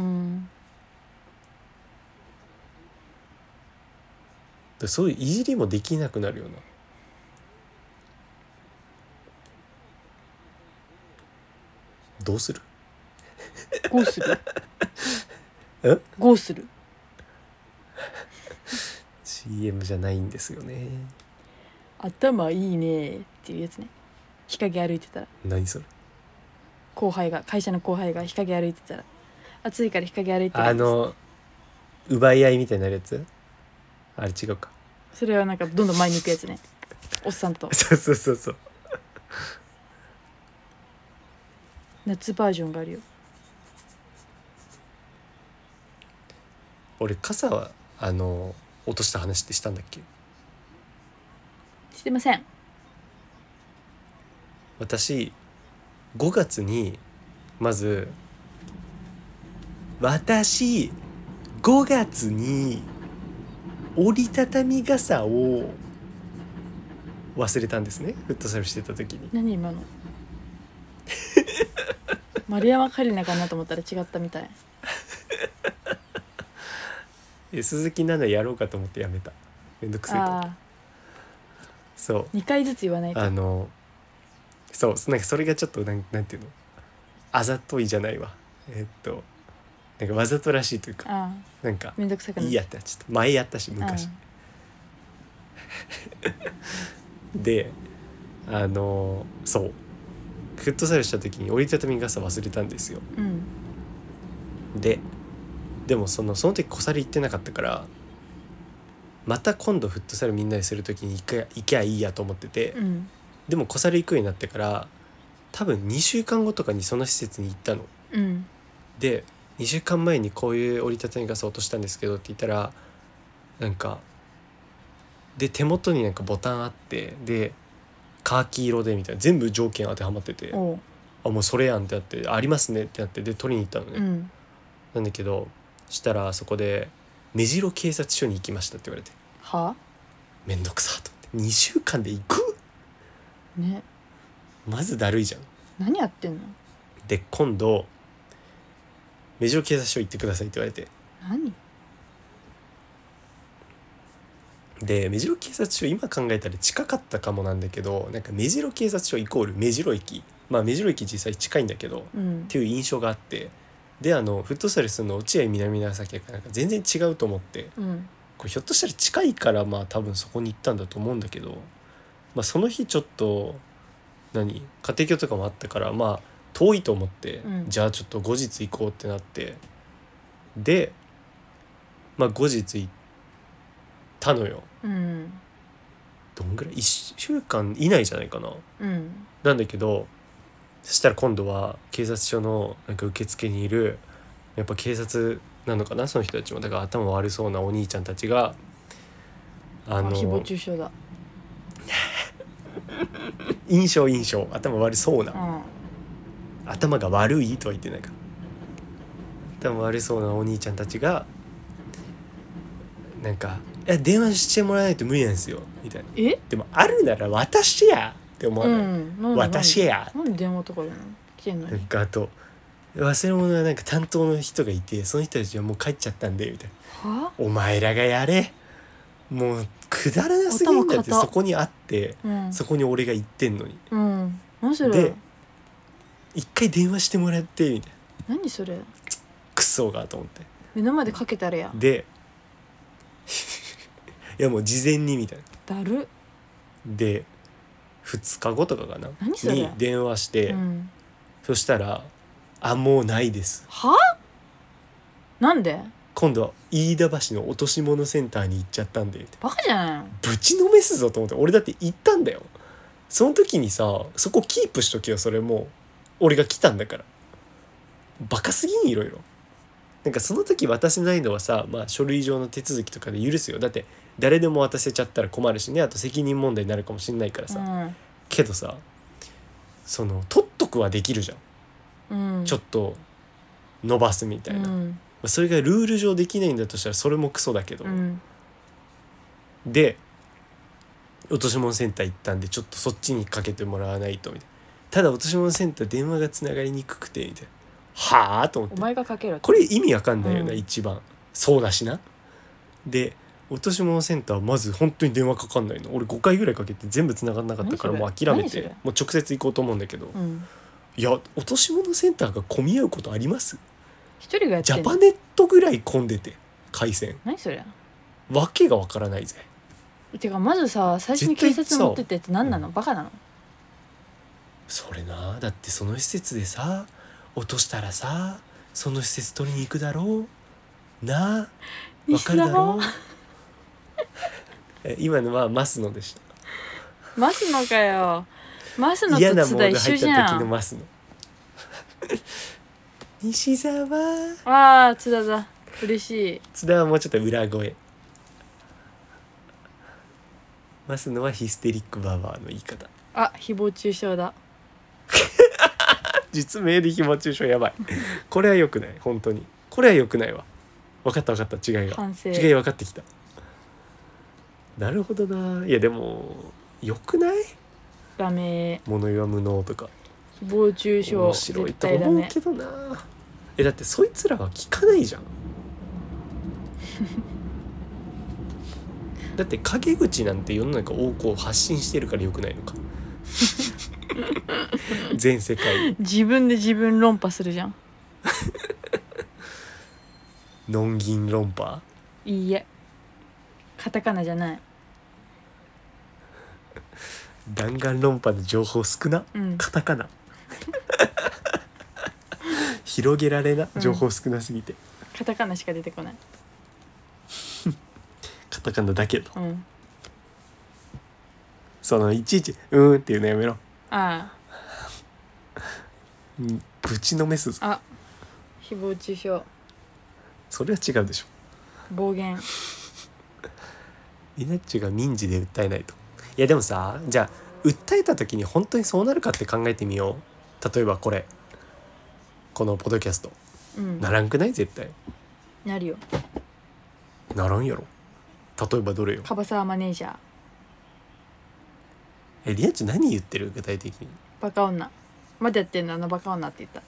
だそういういじりもできなくなるよな。どうするゴーするえゴーするシーエム じゃないんですよね。 頭いいねっていうやつね。日陰歩いてたら。 何それ。 後輩が会社の後輩が日陰歩いてたら、暑いから日陰歩いてるんです。 あの奪い合いみたいなやつ。あれ違うか。 それはなんかどんどん前に行くやつね。おっさんと。 そうそうそうそう。 夏バージョンがあるよ。 俺傘はあの落とした話ってしたんだっけ。 してません。 私ごがつにまず私ごがつに折りたたみ傘を忘れたんですね。フットサルしてた時に。 何今の丸山桂里奈かなと思ったら違ったみたい。 鈴木奈々やろうかと思ってやめた。めんどくせえと思って。そうにかいずつ言わないと。 あのそうなんかそれがちょっとなん、なんていうのあざといじゃないわ。えー、っとなんかわざとらしいというか、あなんかめんどくさくなっいいやってちょっと前やったし昔であのそうフットサルした時に折りたたみ傘忘れたんですよ、うん、ででもそのその時小猿行ってなかったからまた今度フットサルみんなでする時に行け行けばいいやと思ってて、うん、でも小猿行くようになってから多分にしゅうかんごとかにその施設に行ったの、うん、でにしゅうかんまえにこういう折りたたみ傘落としたんですけどって言ったらなんかで手元になんかボタンあってでカーキ色でみたいな全部条件当てはまってて、あもうそれやんってなってありますねってなってで取りに行ったのね、うん、なんだけどしたらそこで目白警察署に行きましたって言われて、 はめんどくさと思ってにしゅうかんで行くねまずだるいじゃん。 何やってんの。 で今度目白警察署行ってくださいって言われて、 何で目白警察署今考えたら近かったかもなんだけどなんか目白警察署イコール目白駅まあ目白駅実際近いんだけど、うん、っていう印象があってであのフットサルするの落合南長崎からなんか全然違うと思って、うん、これひょっとしたら近いからまあ多分そこに行ったんだと思うんだけど、まあ、その日ちょっと何家庭教とかもあったからまあ遠いと思って、うん、じゃあちょっと後日行こうってなってでまあ後日行ったのよ、うん、どんぐらいいっしゅうかん以内じゃないかな、うん、なんだけどそしたら今度は警察署のなんか受付にいるやっぱ警察なのかなその人たちもだから頭悪そうなお兄ちゃんたちがあの誹謗中傷だ印象印象頭悪そうな、 うん頭が悪いとは言ってないから頭悪そうなお兄ちゃんたちがなんかいや電話してもらわないと無理なんですよみたいな。 えでもあるなら渡してやって思わない、 うんなんで渡してやなんでなんで電話とかでの来てんのなんにかあと忘れ物はなんか担当の人がいてその人たちはもう帰っちゃったんでみたいな。 はお前らがやれもうくだらなすぎんだって。 頭固そこにあって、 うんそこに俺が行ってんのにうん何それで一回電話してもらってみたいな。 何それクソがと思って目の前でかけたらやでいやもう事前にみたいなだるでふつかごとかかな何それに電話して、 うんそしたらあもうないですはなんで今度は飯田橋の落とし物センターに行っちゃったんでバカじゃないのぶちのめすぞと思って。俺だって行ったんだよその時にさ。そこキープしとけよ。それもう俺が来たんだからバカすぎんいろいろ。なんかその時渡せないのはさ、まあ書類上の手続きとかで許すよ。だって誰でも渡せちゃったら困るしね。あと責任問題になるかもしんないからさ、 うんけどさその取っとくはできるじゃん、 うんちょっと伸ばすみたいな、 うんそれがルール上できないんだとしたらそれもクソだけど、 うんで落とし物センター行ったんでちょっとそっちにかけてもらわないとみたいな。ただ落とし物センター電話がつながりにくくてみたいな。はあと思ってお前がかけろこれ意味わかんないよな、 うん一番そうだしな。で落とし物センターまず本当に電話かかんないの。俺ごかいぐらいかけて全部繋がんなかったからもう諦めて何それもう直接行こうと思うんだけど、 うんいや落とし物センターが混み合うことあります？ 一人がやってんのジャパネットぐらい混んでて回線何それわけがわからないぜ。 てかまずさ最初に警察持ってったやつ何なの、バカなのそれな。だってその施設でさ落としたらさその施設取りに行くだろうなあ。わかるだろうえ今のはマスノでした。 マスノかよマスノ嫌なと津田モード入った一緒じゃん時のマスノ西澤ああ津田だ嬉しい津田はもうちょっと裏声。マスノはヒステリックババアの言い方。 あ誹謗中傷だ実名で誹謗中傷やばいこれは良くない本当に。これは良くないわ。分かった分かった違いが反省違い分かってきた。なるほどな。いやでも良くないダメ物言わ無能とか誹謗中傷面白い絶と対ダメ思うけどな。えだってそいつらは聞かないじゃんだって陰口なんて世の中横行発信してるから良くないのか全世界に自分で自分論破するじゃんノンギン論破。 いいえカタカナじゃない弾丸論破の情報少な、 うんカタカナ広げられな情報少なすぎて、 カタカナしか出てこないカタカナだけどうんそのいちいち「うーん」っていうのやめろ。 あうんぶちのめすぞ。 ああ誹謗中傷それは違うでしょ。 暴言リナッチが民事で訴えないと。いやでもさじゃあ訴えた時に本当にそうなるかって考えてみよう。例えばこれこのポッドキャストうんならんくない？絶対なるよならんやろ。例えばどれよ。 樺沢マネージャーえリナッチ何言ってる具体的に。 バカ女まだやってんのあのバカ女って言った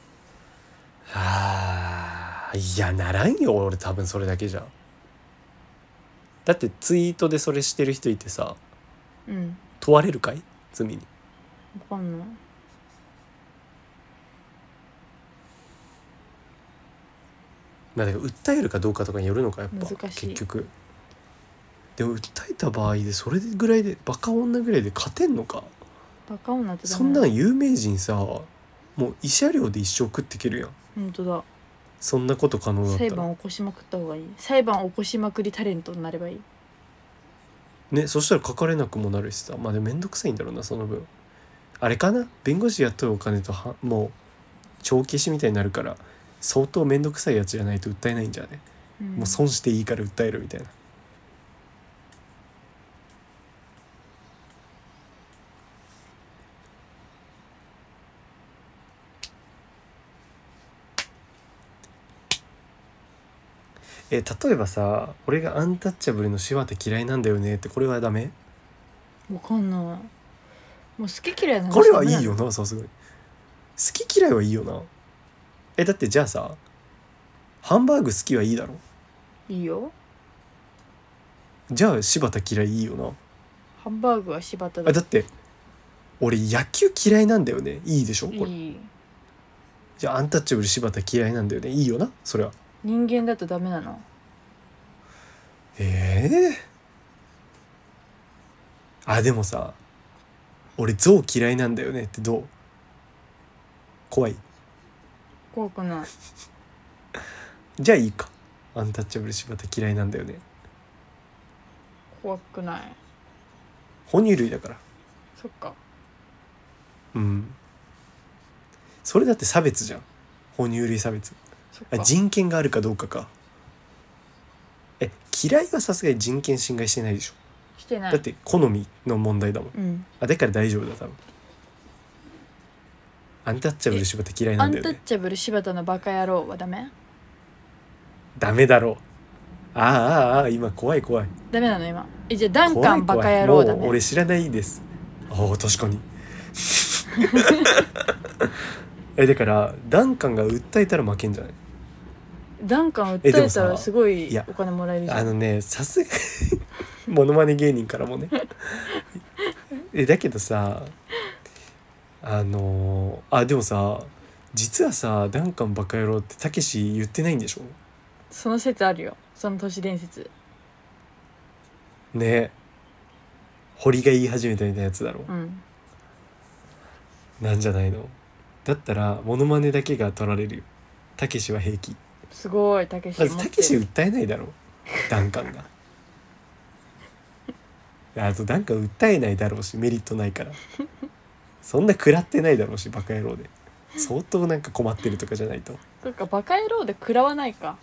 あーいやならんよ俺多分それだけじゃ。だってツイートでそれしてる人いてさうん問われるかい罪に。 わかんないまあだから訴えるかどうかとかによるのかやっぱ難しい結局。でも訴えた場合でそれぐらいでバカ女ぐらいで勝てんのか。 バカ女ってダメそんなん有名人さもう慰謝料で一生食っていけるやん。 本当だそんなこと可能だった裁ら判起こしまくった方がいい裁判起こしまくりタレントになればいいね。そしたら書かれなくもなるしさ。まあでもめんどくさいんだろうなその分。あれかな弁護士やっとるお金とはもう帳消しみたいになるから相当めんどくさいやつじゃないと訴えないんじゃね、 うんもう損していいから訴えるみたいな。 え例えばさ俺がアンタッチャブルの柴田嫌いなんだよねってこれはダメ？ わかんない。もう好き嫌いなこれはいいよな。さすがに好き嫌いはいいよな。えだってじゃあさハンバーグ好きはいいだろ。 いいよ。 じゃあ柴田嫌いいいよな。 ハンバーグは柴田だ。 あだって俺野球嫌いなんだよねいいでしょこれ。 いい。 じゃあアンタッチャブル柴田嫌いなんだよねいいよなそれは。 人間だとダメなの？ ええー、あでもさ俺象嫌いなんだよねってどう？怖い？ 怖くない。 じゃあいいか。アンタッチャブル柴田嫌いなんだよね。 怖くない。 哺乳類だから。 そっか。 うんそれだって差別じゃん。哺乳類差別。 そっか。 あ人権があるかどうかか。え嫌いはさすがに人権侵害してないでしょ。 してない。 だって好みの問題だもん。 うん。 あだから大丈夫だ多分。アンタッチャブル柴田嫌いなんだよね。 アンタッチャブル柴田のバカ野郎はダメ？ ダメだろう。ああああ今怖い怖い。 ダメなの今。えじゃあダンカンバカ野郎だね。 もう俺知らないです。ああ確かにえだからダンカンが訴えたら負けんじゃない？ ダンカン訴えたらすごいお金もらえるじゃん。 あのねさすがモノマネ芸人からもねえだけどさあのー、あでもさ実はさダンカンバカ野郎ってたけし言ってないんでしょ？ その説あるよ。その都市伝説ね。堀が言い始めたみたいなやつだろ、 うん、 なんじゃないの？だったらモノマネだけが取られるよ。たけしは平気。 すごいたけし。 まずたけし訴えないだろダンカンがあとダンカン訴えないだろうしメリットないからそんな食らってないだろうしバカ野郎で相当なんか困ってるとかじゃないと。 そっかバカ野郎で食らわないか。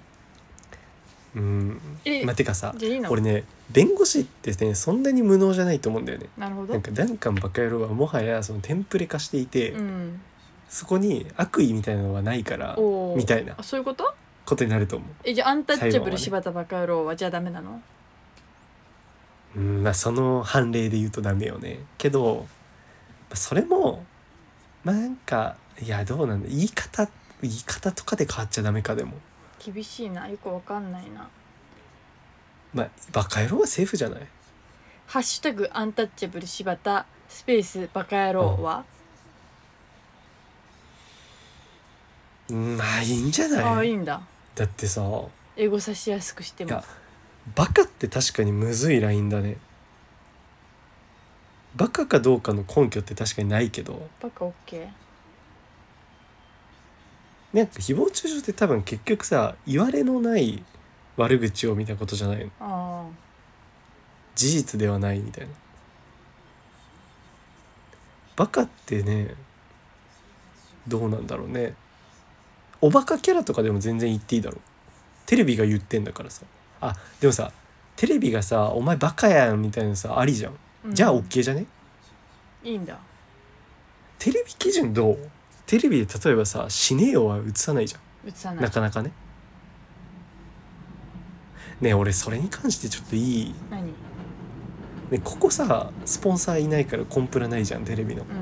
うんまあてかさいい俺ね弁護士ってねそんなに無能じゃないと思うんだよね。 なるほど。 なんかダンカンバカ野郎はもはやそのテンプレ化していて、 うん、 そこに悪意みたいなのはないからみたいなあそういうことことになると思う。 えじゃあアンタッチャブル柴田バカ野郎はじゃあダメなの？ うんまあその判例で言うとダメよね。けどそれもまあなんかいやどうなんだ言い方言い方とかで変わっちゃダメか。でも厳しいな。よくわかんないな。 まあバカ野郎はセーフじゃない？ ハッシュタグアンタッチャブル柴田スペースバカ野郎は、 うん、まあいいんじゃない？ ああいいんだ。 だってさ英語さしやすくしても。 いやバカって確かにむずいラインだね。バカかどうかの根拠って確かにないけどバカオッケー。 なんか誹謗中傷って多分結局さ言われのない悪口を見たことじゃないの。 あ事実ではないみたいな。バカってねどうなんだろうね。おバカキャラとかでも全然言っていいだろう。テレビが言ってんだからさ。あでもさテレビがさお前バカやんみたいなさありじゃん、 うん、 じゃあ OK じゃね？ いいんだ。 テレビ基準どう？テレビで例えばさ死ねよは映さないじゃん。 映さない。 なかなかね。ねえ俺それに関してちょっといい？ 何？ ねここさスポンサーいないからコンプラないじゃんテレビの。 うん、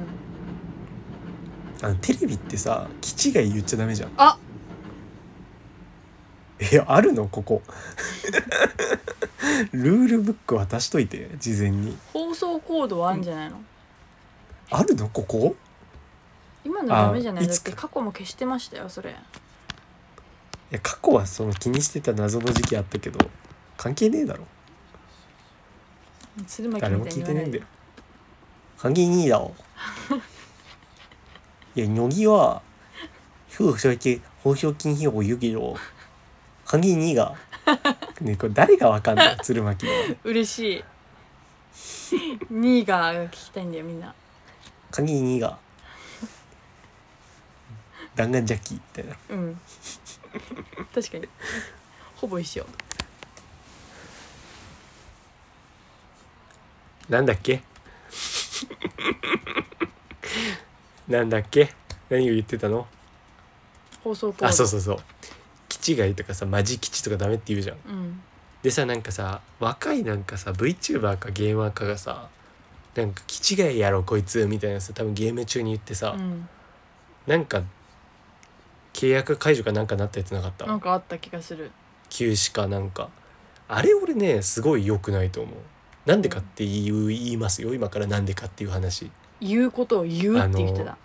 あのテレビってさ気違い言っちゃダメじゃん。 あえあるのここルールブック渡しといて事前に。 放送コードはあるんじゃないの？ あるのここ？ 今のダメじゃない？ いだって過去も消してましたよそれ。いや過去はその気にしてた謎の時期あったけど関係ねえだろ。誰も聞いてねえんだよ。関係ねえだろいや乃木は夫婦それって放送禁止用語言うけど関係ねえがねこれ誰がわかんない鶴巻の嬉しいニーガーが聞きたいんだよみんな。 関係ねえが弾丸ジャッキーみたいな。 うん確かにほぼ一緒。 なんだっけなんだっけ何を言ってたの？ 放送コード。 あそうそうそう。基気違いとかさマジ吉とかダメって言うじゃん。 うんでさなんかさ若いなんかさ VTuber かゲーマーかがさなんか気違いやろこいつみたいなさ多分ゲーム中に言ってさ、 うん、 なんか契約解除かなんかなったやつなかった？ なんかあった気がする。 休止かなんか。あれ俺ねすごい良くないと思う。なんでかって言う言いますよ今からなんでかっていう話。 言うことを言うって言ってた。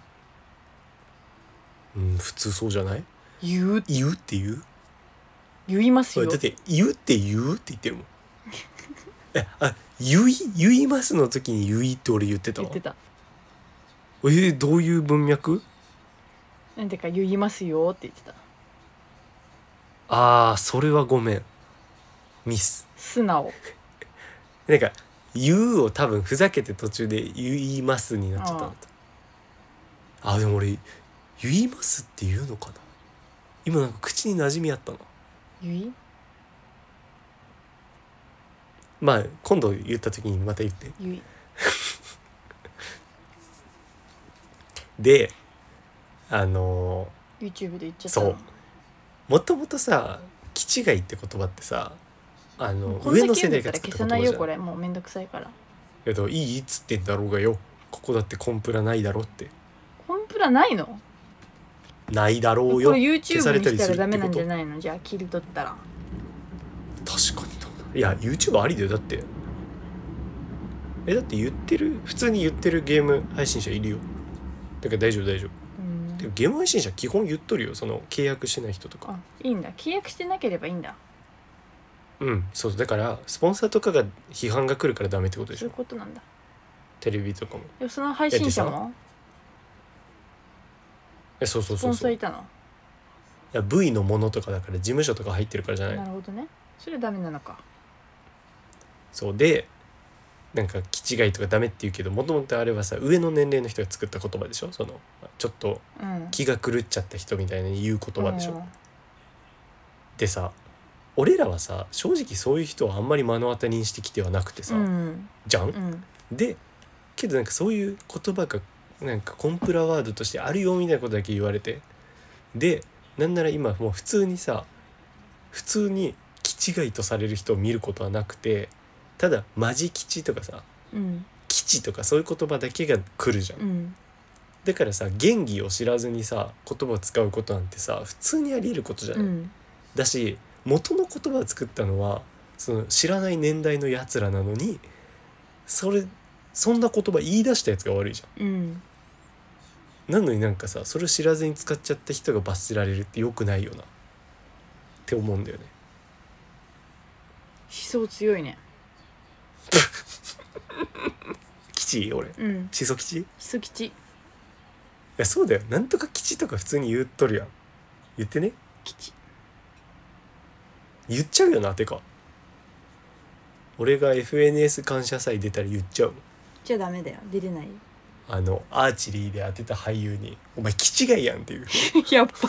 うん普通そうじゃない？ 言う言うって言う？ 言いますよ。 だって言うって言うって言ってるもん。えあ言い言いますの時に言いって俺言ってた。 言ってた。 えー、どういう文脈？ なんでか言いますよって言ってた。 ああそれはごめんミス。 素直。 なんか言うを多分ふざけて途中で言いますになっちゃったんだと。ああでも俺言いますって言うのかな。今なんか口に馴染みあったな。 言いまあ今度言った時にまた言って。 言いであのー、YouTube で言っちゃったそうもともとさ気違いって言葉ってさあの上の世代が使った言葉じゃん。 消さないよこれもうめんどくさいから。 いやいいっつってんだろうがよ。ここだってコンプラないだろって。 コンプラないの？ ないだろうよ。 これ YouTube にしたらダメなんじゃないの？じゃあ切り取ったら。 確かにいや YouTube ありだよ。だってえだって言ってる普通に言ってるゲーム配信者いるよ。だから大丈夫大丈夫。うんでゲーム配信者基本言っとるよ。その契約してない人とか。 あいいんだ。契約してなければいいんだ。 うんそうだからスポンサーとかが批判が来るからダメってことでしょ。 そういうことなんだ。 テレビとかも。 でもその配信者もえそうそうスそうそう。 ポンサーいたの？ いや V のものとかだから事務所とか入ってるからじゃない。 なるほどね。それダメなのか。 そうでなんか気違いとかダメって言うけどもともとあれはさ上の年齢の人が作った言葉でしょ。そのちょっと気が狂っちゃった人みたいに言う言葉でしょ、うん、でさ俺らはさ正直そういう人はあんまり目の当たりにしてきてはなくてさ、うん、じゃん、うん、でけどなんかそういう言葉がなんかコンプラワードとしてあるよみたいなことだけ言われてでなんなら今もう普通にさ普通に気違いとされる人を見ることはなくてただマジ吉とかさ、うん、吉とかそういう言葉だけが来るじゃん、うん、だからさ言義を知らずにさ言葉を使うことなんてさ普通にあり得ることじゃない、うん、だし元の言葉を作ったのはその知らない年代のやつらなのにそれそんな言葉言い出したやつが悪いじゃん、うん、なのになんかさそれを知らずに使っちゃった人が罰せられるって良くないよなって思うんだよね。 思想強いね吉俺、うん、しそ吉しそ吉いやそうだよ。なんとか吉とか普通に言っとるやん。言ってね吉言っちゃうよな。てか俺が エフエヌエス 感謝祭出たら言っちゃうもん。 じゃあダメだよ出れないよ。 あのアーチェリーで当てた俳優にお前気違いやんっていうやっぱ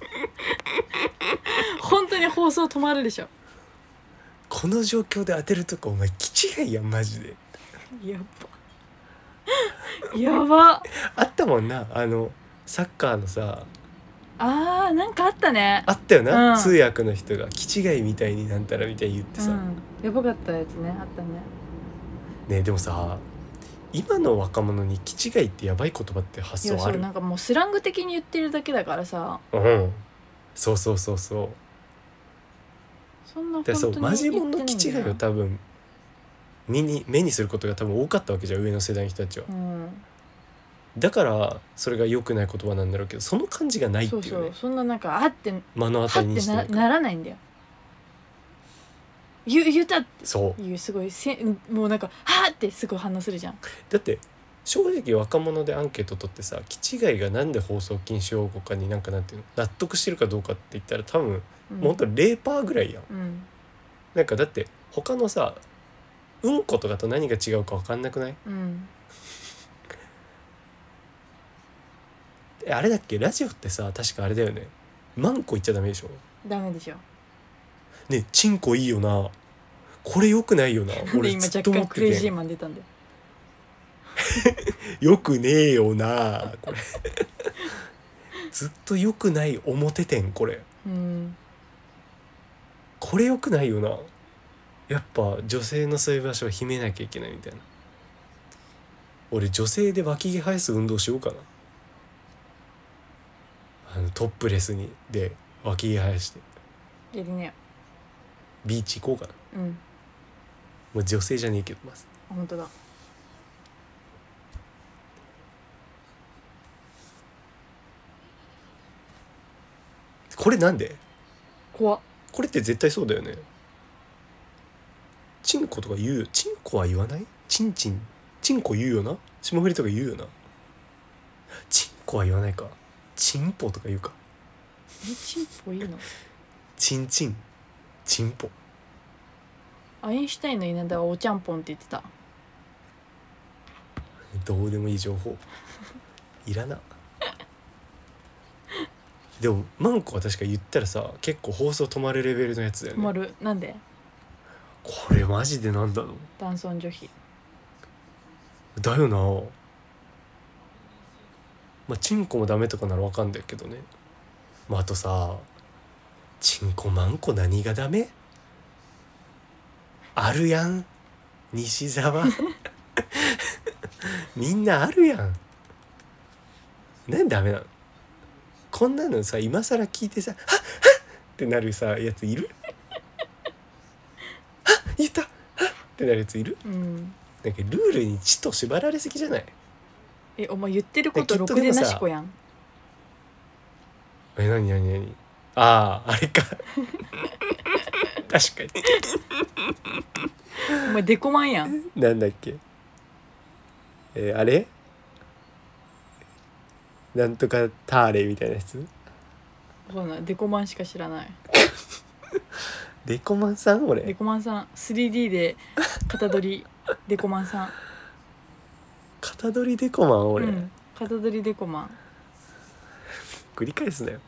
本当に放送止まるでしょ。 この状況で当てるとかお前気違いやんマジで。 やばやばあったもんなあのサッカーのさあーなんかあったね。 あったよな、 うん、 通訳の人が気違いみたいになんたらみたいに言ってさ、うん、 やばかったやつねあったね。 ねえでもさ今の若者に気違いってやばい言葉って発想ある？いやそうなんかもうスラング的に言ってるだけだからさ。 うんそうそうそうそう。 そんな本当に言ってないんだよ。 マジモンの気違いを多分目に目にすることが多分多かったわけじゃん上の世代の人たちは、うん、だからそれが良くない言葉なんだろうけどその感じがないっていうね。そうそうそんななんかあって目の当たりにしてな, ならないんだよ。言, 言ったってそういうすごいせもうなんかはーってすごい反応するじゃん。 だって正直若者でアンケート取ってさ気違いがなんで放送禁止用語かになんかなんていうの納得してるかどうかって言ったら多分、うん、もうほんと ゼロパーセント ぐらいやん、うん、なんかだって他のさうんことかと何が違うか分かんなくない、うん、あれだっけラジオってさ確かあれだよねマンコ言っちゃダメでしょ。 ダメでしょね。チンコいいよなこれ良くないよな俺ずっと思ってて今若干クレイジーマン出たんだよよくねえよなこれずっと良くない表点これ、うん、 これ良くないよな。やっぱ女性のそういう場所を秘めなきゃいけないみたいな。俺女性で脇毛生やす運動しようかな。あのトップレスにで脇毛生やしてやりねよ。 ビーチ行こうかな。 うん。 もう女性じゃねえけどまず。 あ、本当だ。 これなんで？ 怖っ。 これって絶対そうだよね。チンコとか言うよ。チンコは言わない？チンチンチンコ言うよな。霜降りとか言うよな。チンコは言わないか。チンポとか言うか。 え、チンポいいの？ チンチンチンポ。 アインシュタインの稲田はおちゃんぽんって言ってた。 どうでもいい情報いらな。でもマンコは確か言ったらさ結構放送止まるレベルのやつだよね。 止まる。なんで？ これマジでなんだろう。 男尊女卑だよな。まあチンコもダメとかならわかんないけどね。まああとさチンコマンコ何がダメ？あるやん西澤みんなあるやん。なんでダメなの？こんなのさ今更聞いてさはっはっってなるさやついる？はっ言ったはっってなるやついる？ うん。 なんかルールにちと縛られすぎじゃない？ え、お前言ってることえきろくでっとでもさなしこやん。 え何何何あああれか確かにお前デコマンやん。 なんだっけえー、あれなんとかターレみたいなやつ。 そうな、デコマンしか知らない。 デコマンさん俺デコマンさん スリーディー で型取りデコマンさん。 型取りデコマン俺、 うん、型取りデコマン。 繰り返すなよ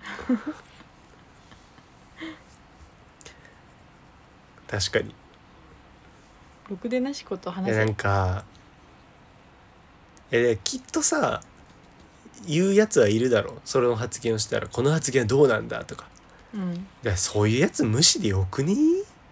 確かに。 ろくでなしこと話いやなんせ。 かえきっとさ言うやつはいるだろう。それの発言をしたらこの発言はどうなんだとか。 うん。 だからそういうやつ無視でよくね？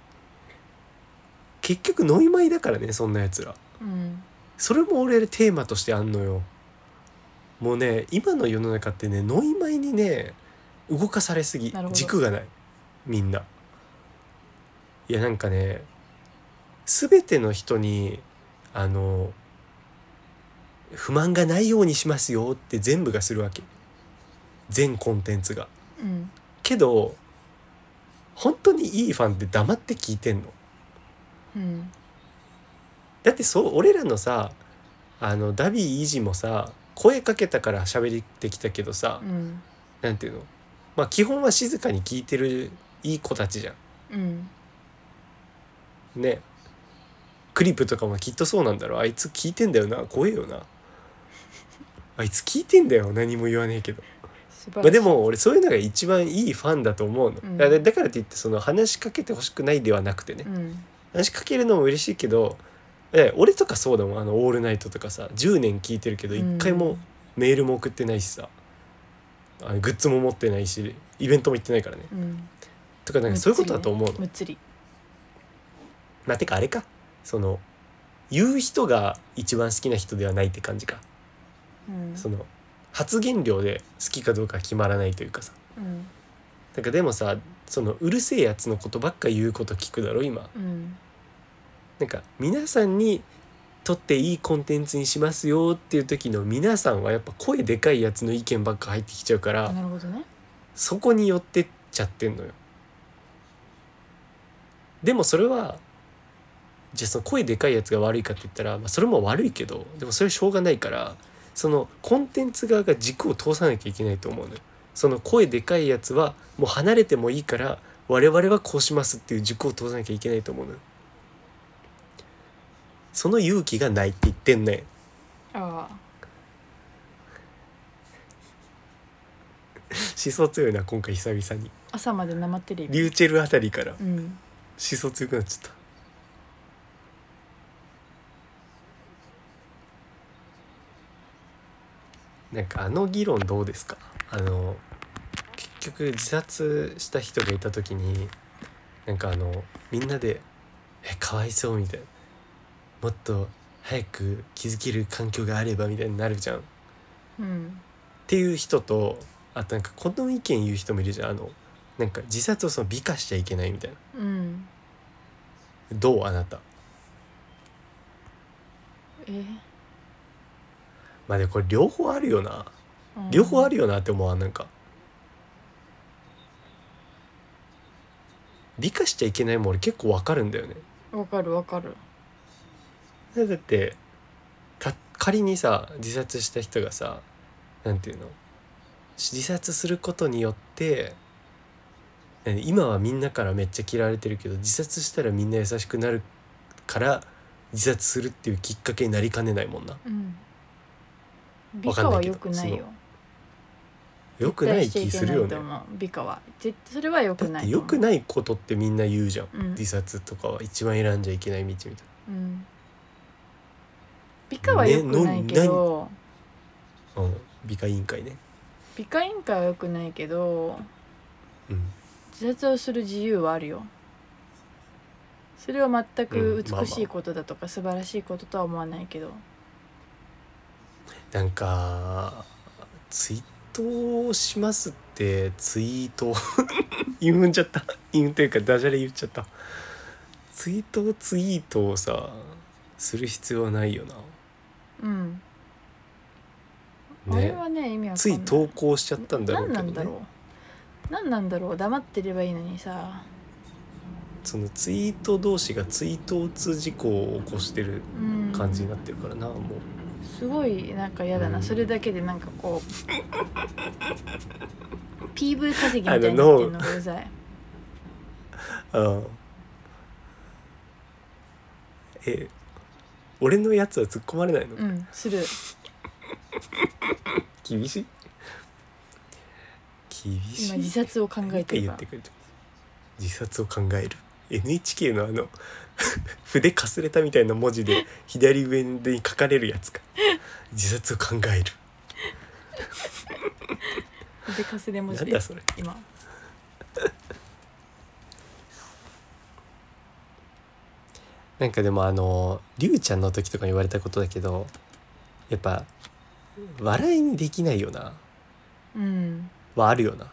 結局ノイマイだからねそんなやつら。 うん。 それも俺テーマとしてあんのよ。もうね今の世の中ってねノイマイにね動かされすぎ。軸がないみんな。いやなんかね全ての人にあの不満がないようにしますよって全部がするわけ。全コンテンツが。 うん。 けど本当にいいファンって黙って聞いてんの。 うん。 だってそう俺らのさあのダビーイジもさ声かけたから喋ってきたけどさ、 うん。 なんていうのまあ基本は静かに聞いてるいい子たちじゃん。 うんね。クリップとかもきっとそうなんだろう。あいつ聞いてんだよな怖えよなあいつ聞いてんだよ何も言わねえけど。まあ、でも俺そういうのが一番いいファンだと思うの、うん、だからだからといってその話しかけてほしくないではなくてね、うん、話しかけるのも嬉しいけど俺とかそうだもん。あのオールナイトとかさじゅうねん聞いてるけど一回もメールも送ってないしさ、あのグッズも持ってないしイベントも行ってないからね、うん、とかなんかそういうことだと思うの。 むっつり、 まあてかあれかその言う人が一番好きな人ではないって感じか、うん、その発言量で好きかどうか決まらないというかさ、うん、なんかでもさそのうるせえやつのことばっか言うこと聞くだろ今、うん、なんか皆さんにとっていいコンテンツにしますよっていう時の皆さんはやっぱ声でかいやつの意見ばっか入ってきちゃうから、 なるほどね、 そこに寄ってっちゃってんのよ。でもそれはじゃあその声でかいやつが悪いかって言ったら、まあ、それも悪いけどでもそれはしょうがないからそのコンテンツ側が軸を通さなきゃいけないと思うのよ。その声でかいやつはもう離れてもいいから我々はこうしますっていう軸を通さなきゃいけないと思うのよ。その勇気がないって言ってんね。 ああ思想強いな今回久々に。 朝まで生テレビリューチェルあたりからうん思想強くなっちゃった。なんかあの議論どうですか。あの結局自殺した人がいた時になんかあのみんなで「えかわいそう」みたいな、もっと早く気づける環境があればみたいになるじゃんっうんていう人と、あとなんかこの意見言う人もいるじゃん。あのなんか自殺をその美化しちゃいけないみたいな。 うんどうあなた？ えまあでもこれ両方あるよな、 うん両方あるよなって思わん？なんか美化しちゃいけないも俺結構わかるんだよね。 わかるわかる。 だってた仮にさ自殺した人がさ、なんていうの、自殺することによって何今はみんなからめっちゃ嫌われてるけど、自殺したらみんな優しくなるから自殺するっていうきっかけになりかねないもんな。 うん美わかんないけど化は良くないよ。 良くない気するよね。 美化は絶対それは良くない。 だって良くないことってみんな言うじゃん、 うん、 自殺とかは一番選んじゃいけない道みたいな、 うん、美化は良くないけど、 ね、うん、美化委員会ね。 美化委員会は良くないけど、 うん、 自殺をする自由はあるよ。それは全く美しいことだとか素晴らしいこととは思わないけど、 なんかツイートしますってツイート言うんちゃった言うんというかダジャレ言っちゃった。ツイートツイートをさする必要はないよな。 うんね、 あれはね意味わかんない。 つい投稿しちゃったんだろうけどね。 何なんだろう何なんだろう黙ってればいいのにさ、 そのツイート同士が追突事故を起こしてる感じになってるからな、もうすごいなんか嫌だな、うん、それだけでなんかこうピーブイ 稼ぎみたいになってんのがうざい。 あえ俺のやつは突っ込まれないの？ うんする。 厳しい厳しい。 今自殺を考えてる。 言ってくれて自殺を考える エヌエイチケー のあの筆かすれたみたいな文字で左上に書かれるやつか自殺を考える筆かすれ文字でなんだそれ今なんかでもあのりゅうちゃんの時とか言われたことだけど、やっぱ笑いにできないよな、 うん、 はあるよな。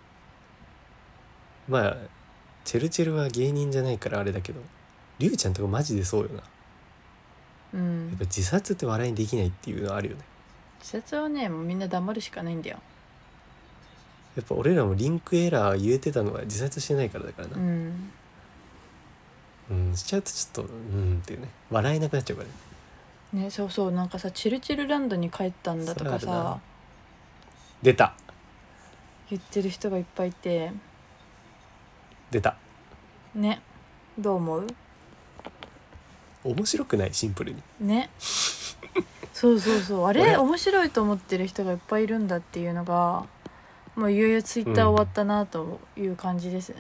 まあチェルチェルは芸人じゃないからあれだけど、りゅうちゃんとかマジでそうよな、 うん、 やっぱ自殺って笑いにできないっていうのあるよね。 自殺はねもうみんな黙るしかないんだよ。 やっぱ俺らもリンクエラー言えてたのは自殺してないからだからな。 うんうん、しちゃうとちょっとうんっていうね、笑えなくなっちゃうからね。 ね、そうそうなんかさチルチルランドに帰ったんだとかさ出た言ってる人がいっぱいいて、 出たねどう思う？ 面白くない？シンプルにねそうそうそうあれ面白いと思ってる人がいっぱいいるんだっていうのがもういよいよツイッター終わったなという感じですね、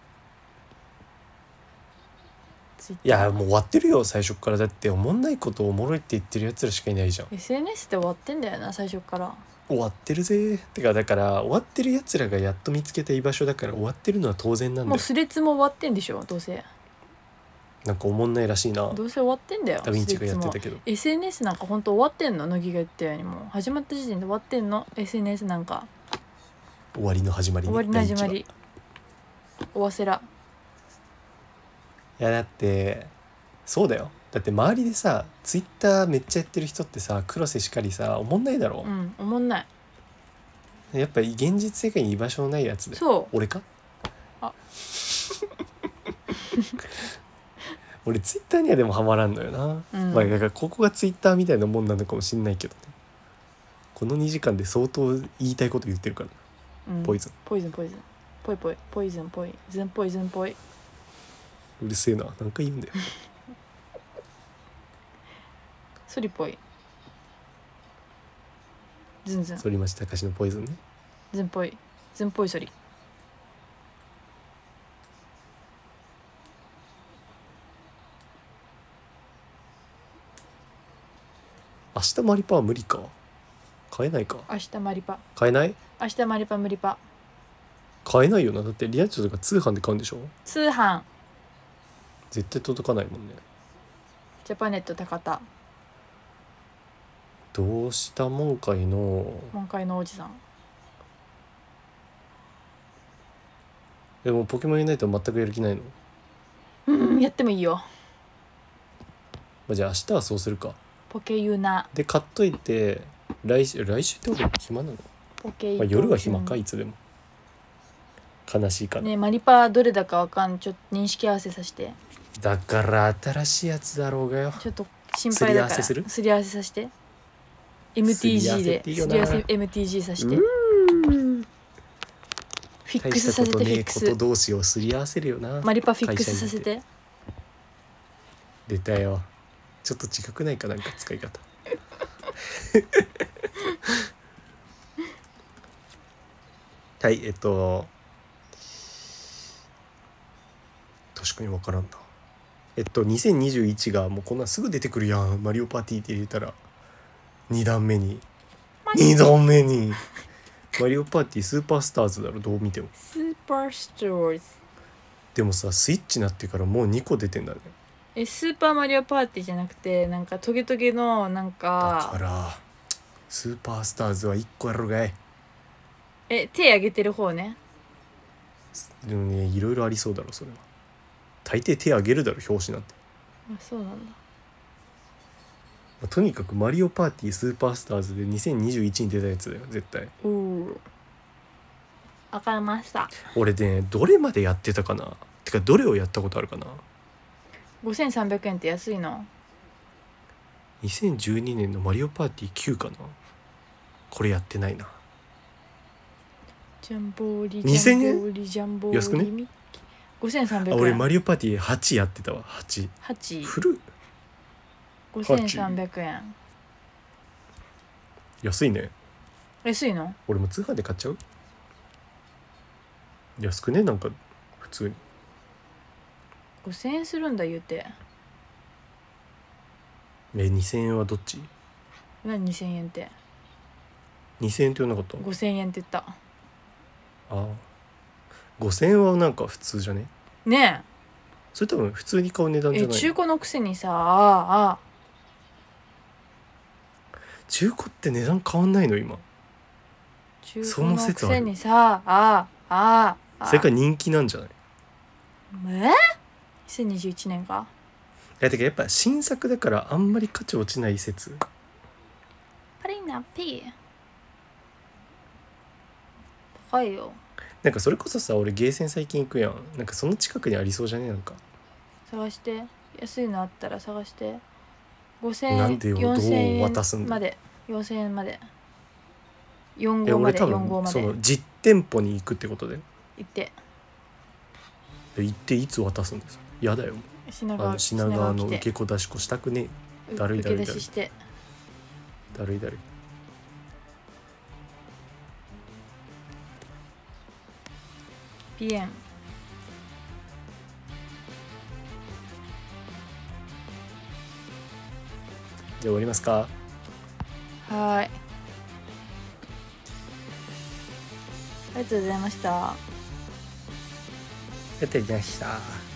うん、いやもう終わってるよ最初から。だっておもんないことおもろいって言ってるやつらしかいないじゃん。 エスエヌエス で終わってんだよな最初から。 終わってるぜ。てかだから終わってるやつらがやっと見つけた居場所だから終わってるのは当然なんだよ。 もうスレッズも終わってんでしょどうせ。 なんかおもんないらしいな。 どうせ終わってんだよ。 ダヴィンチがやってたけどエスエヌエス なんか本当終わってんの。乃木が言ったようにもう始まった時点で終わってんの エスエヌエス なんか。 終わりの始まり、ね、 終わりの始まり終わせら。 いやだってそうだよ。だって周りでさツイッターめっちゃやってる人ってさ黒瀬しかりさおもんないだろ。 うんおもんない。 やっぱり現実世界に居場所のないやつで。 そう俺かあ俺ツイッターにはでもハマらんのよな、うん、まあだからここがツイッターみたいなもんなのかもしんないけどね。このにじかんで相当言いたいこと言ってるから、うん、ポイズンポイズンポイズンポイポイポイズンポイズンポイズンポイ。 うるせえな何回言うんだよソリポイズンズン反町隆史のポイズンね。 ズンポイズンポイソリ。 明日マリパは無理か。買えないか。 明日マリパ買えない。 明日マリパ無理パ買えないよな。だってリアッチョとか通販で買うんでしょ。 通販絶対届かないもんね。 ジャパネット高田どうしたもんかいの。 門会のおじさん。 でもポケモンユナイト全くやる気ないの。 うんやってもいいよ。 まあ、じゃあ明日はそうするか。 ポケユナで買っといて来週来週って俺暇なの、 ポケイまあ、夜は暇かいつでも。悲しいかな、 ねえマリパどれだかわかんちょっと認識合わせさせて。 だから新しいやつだろうがよ。 ちょっと心配だからすり合わせするすり合わせさせて エムティージー ですり合わせっていいよなすり合わせ エムティージー させてフィックスさせてフィックことス同士をすり合わせるよな。 マリパフィックスさせて。 出たよ。ちょっと違くないかなんか使い方はいえっと確かに分からんな。えっとにせんにじゅういちがもうこんなすぐ出てくるやん。マリオパーティーって入れたらにだんめににだんめにマリオパーティースーパースターズだろどう見ても。 スーパースターズでもさスイッチなってからもうにこ出てんだね。 えスーパーマリオパーティーじゃなくてなんかトゲトゲのなんかだからスーパースターズはいっこやろがい。 え手挙げてる方ね。 でもねいろいろありそうだろそれは。大抵手挙げるだろ表紙なんて。 あそうなんだ。 まあとにかくマリオパーティースーパースターズでにせんにじゅういちに出たやつだよ絶対。 おおわかりました。 俺ねどれまでやってたかな。てかどれをやったことあるかな。 ごせんさんびゃくえんって安いの。 にせんじゅうにねんのマリオパーティーきゅうかな。これやってないな。 ジャンボーリにせんえんジャンボーリジャンボーリ安くねミッキーごせんさんびゃくえん。 あ俺マリオパーティーはちやってたわ。はちはち古っ。 ごせんさんびゃくえん安いね。 安いの。 俺も通販で買っちゃう。安くねなんか普通にごせんえんするんだ言うて。 えにせんえんはどっち。 何にせんえんってにせんえんって言わなかった。 ごせんえんって言った。 ああごせんえんはなんか普通じゃね。 ねそれ多分普通に買う値段ええじゃない。 中古のくせにさああ中古って値段変わんないの今。 中古のくせにさあああそれから人気なんじゃない。 えにせんにじゅういちねんか。 いやてかやっぱ新作だからあんまり価値落ちない説。 パリナピー高いよ。 なんかそれこそさ俺ゲーセン最近行くやん。なんかその近くにありそうじゃね。なんか探して安いのあったら探してごせんえんなんでよよんせんえんどう渡すんだまでよんせんえんまでよんえ号まで俺多よん号まで分その実店舗に行くってことで行って行っていつ渡すんです。やだよ。 品川あの品川の来て受け子出し子したくねえ。だるいだるいだるい受け出ししてだるいだるい。 ピエンじゃあ終わりますか。 はーいありがとうございました。 やってきました。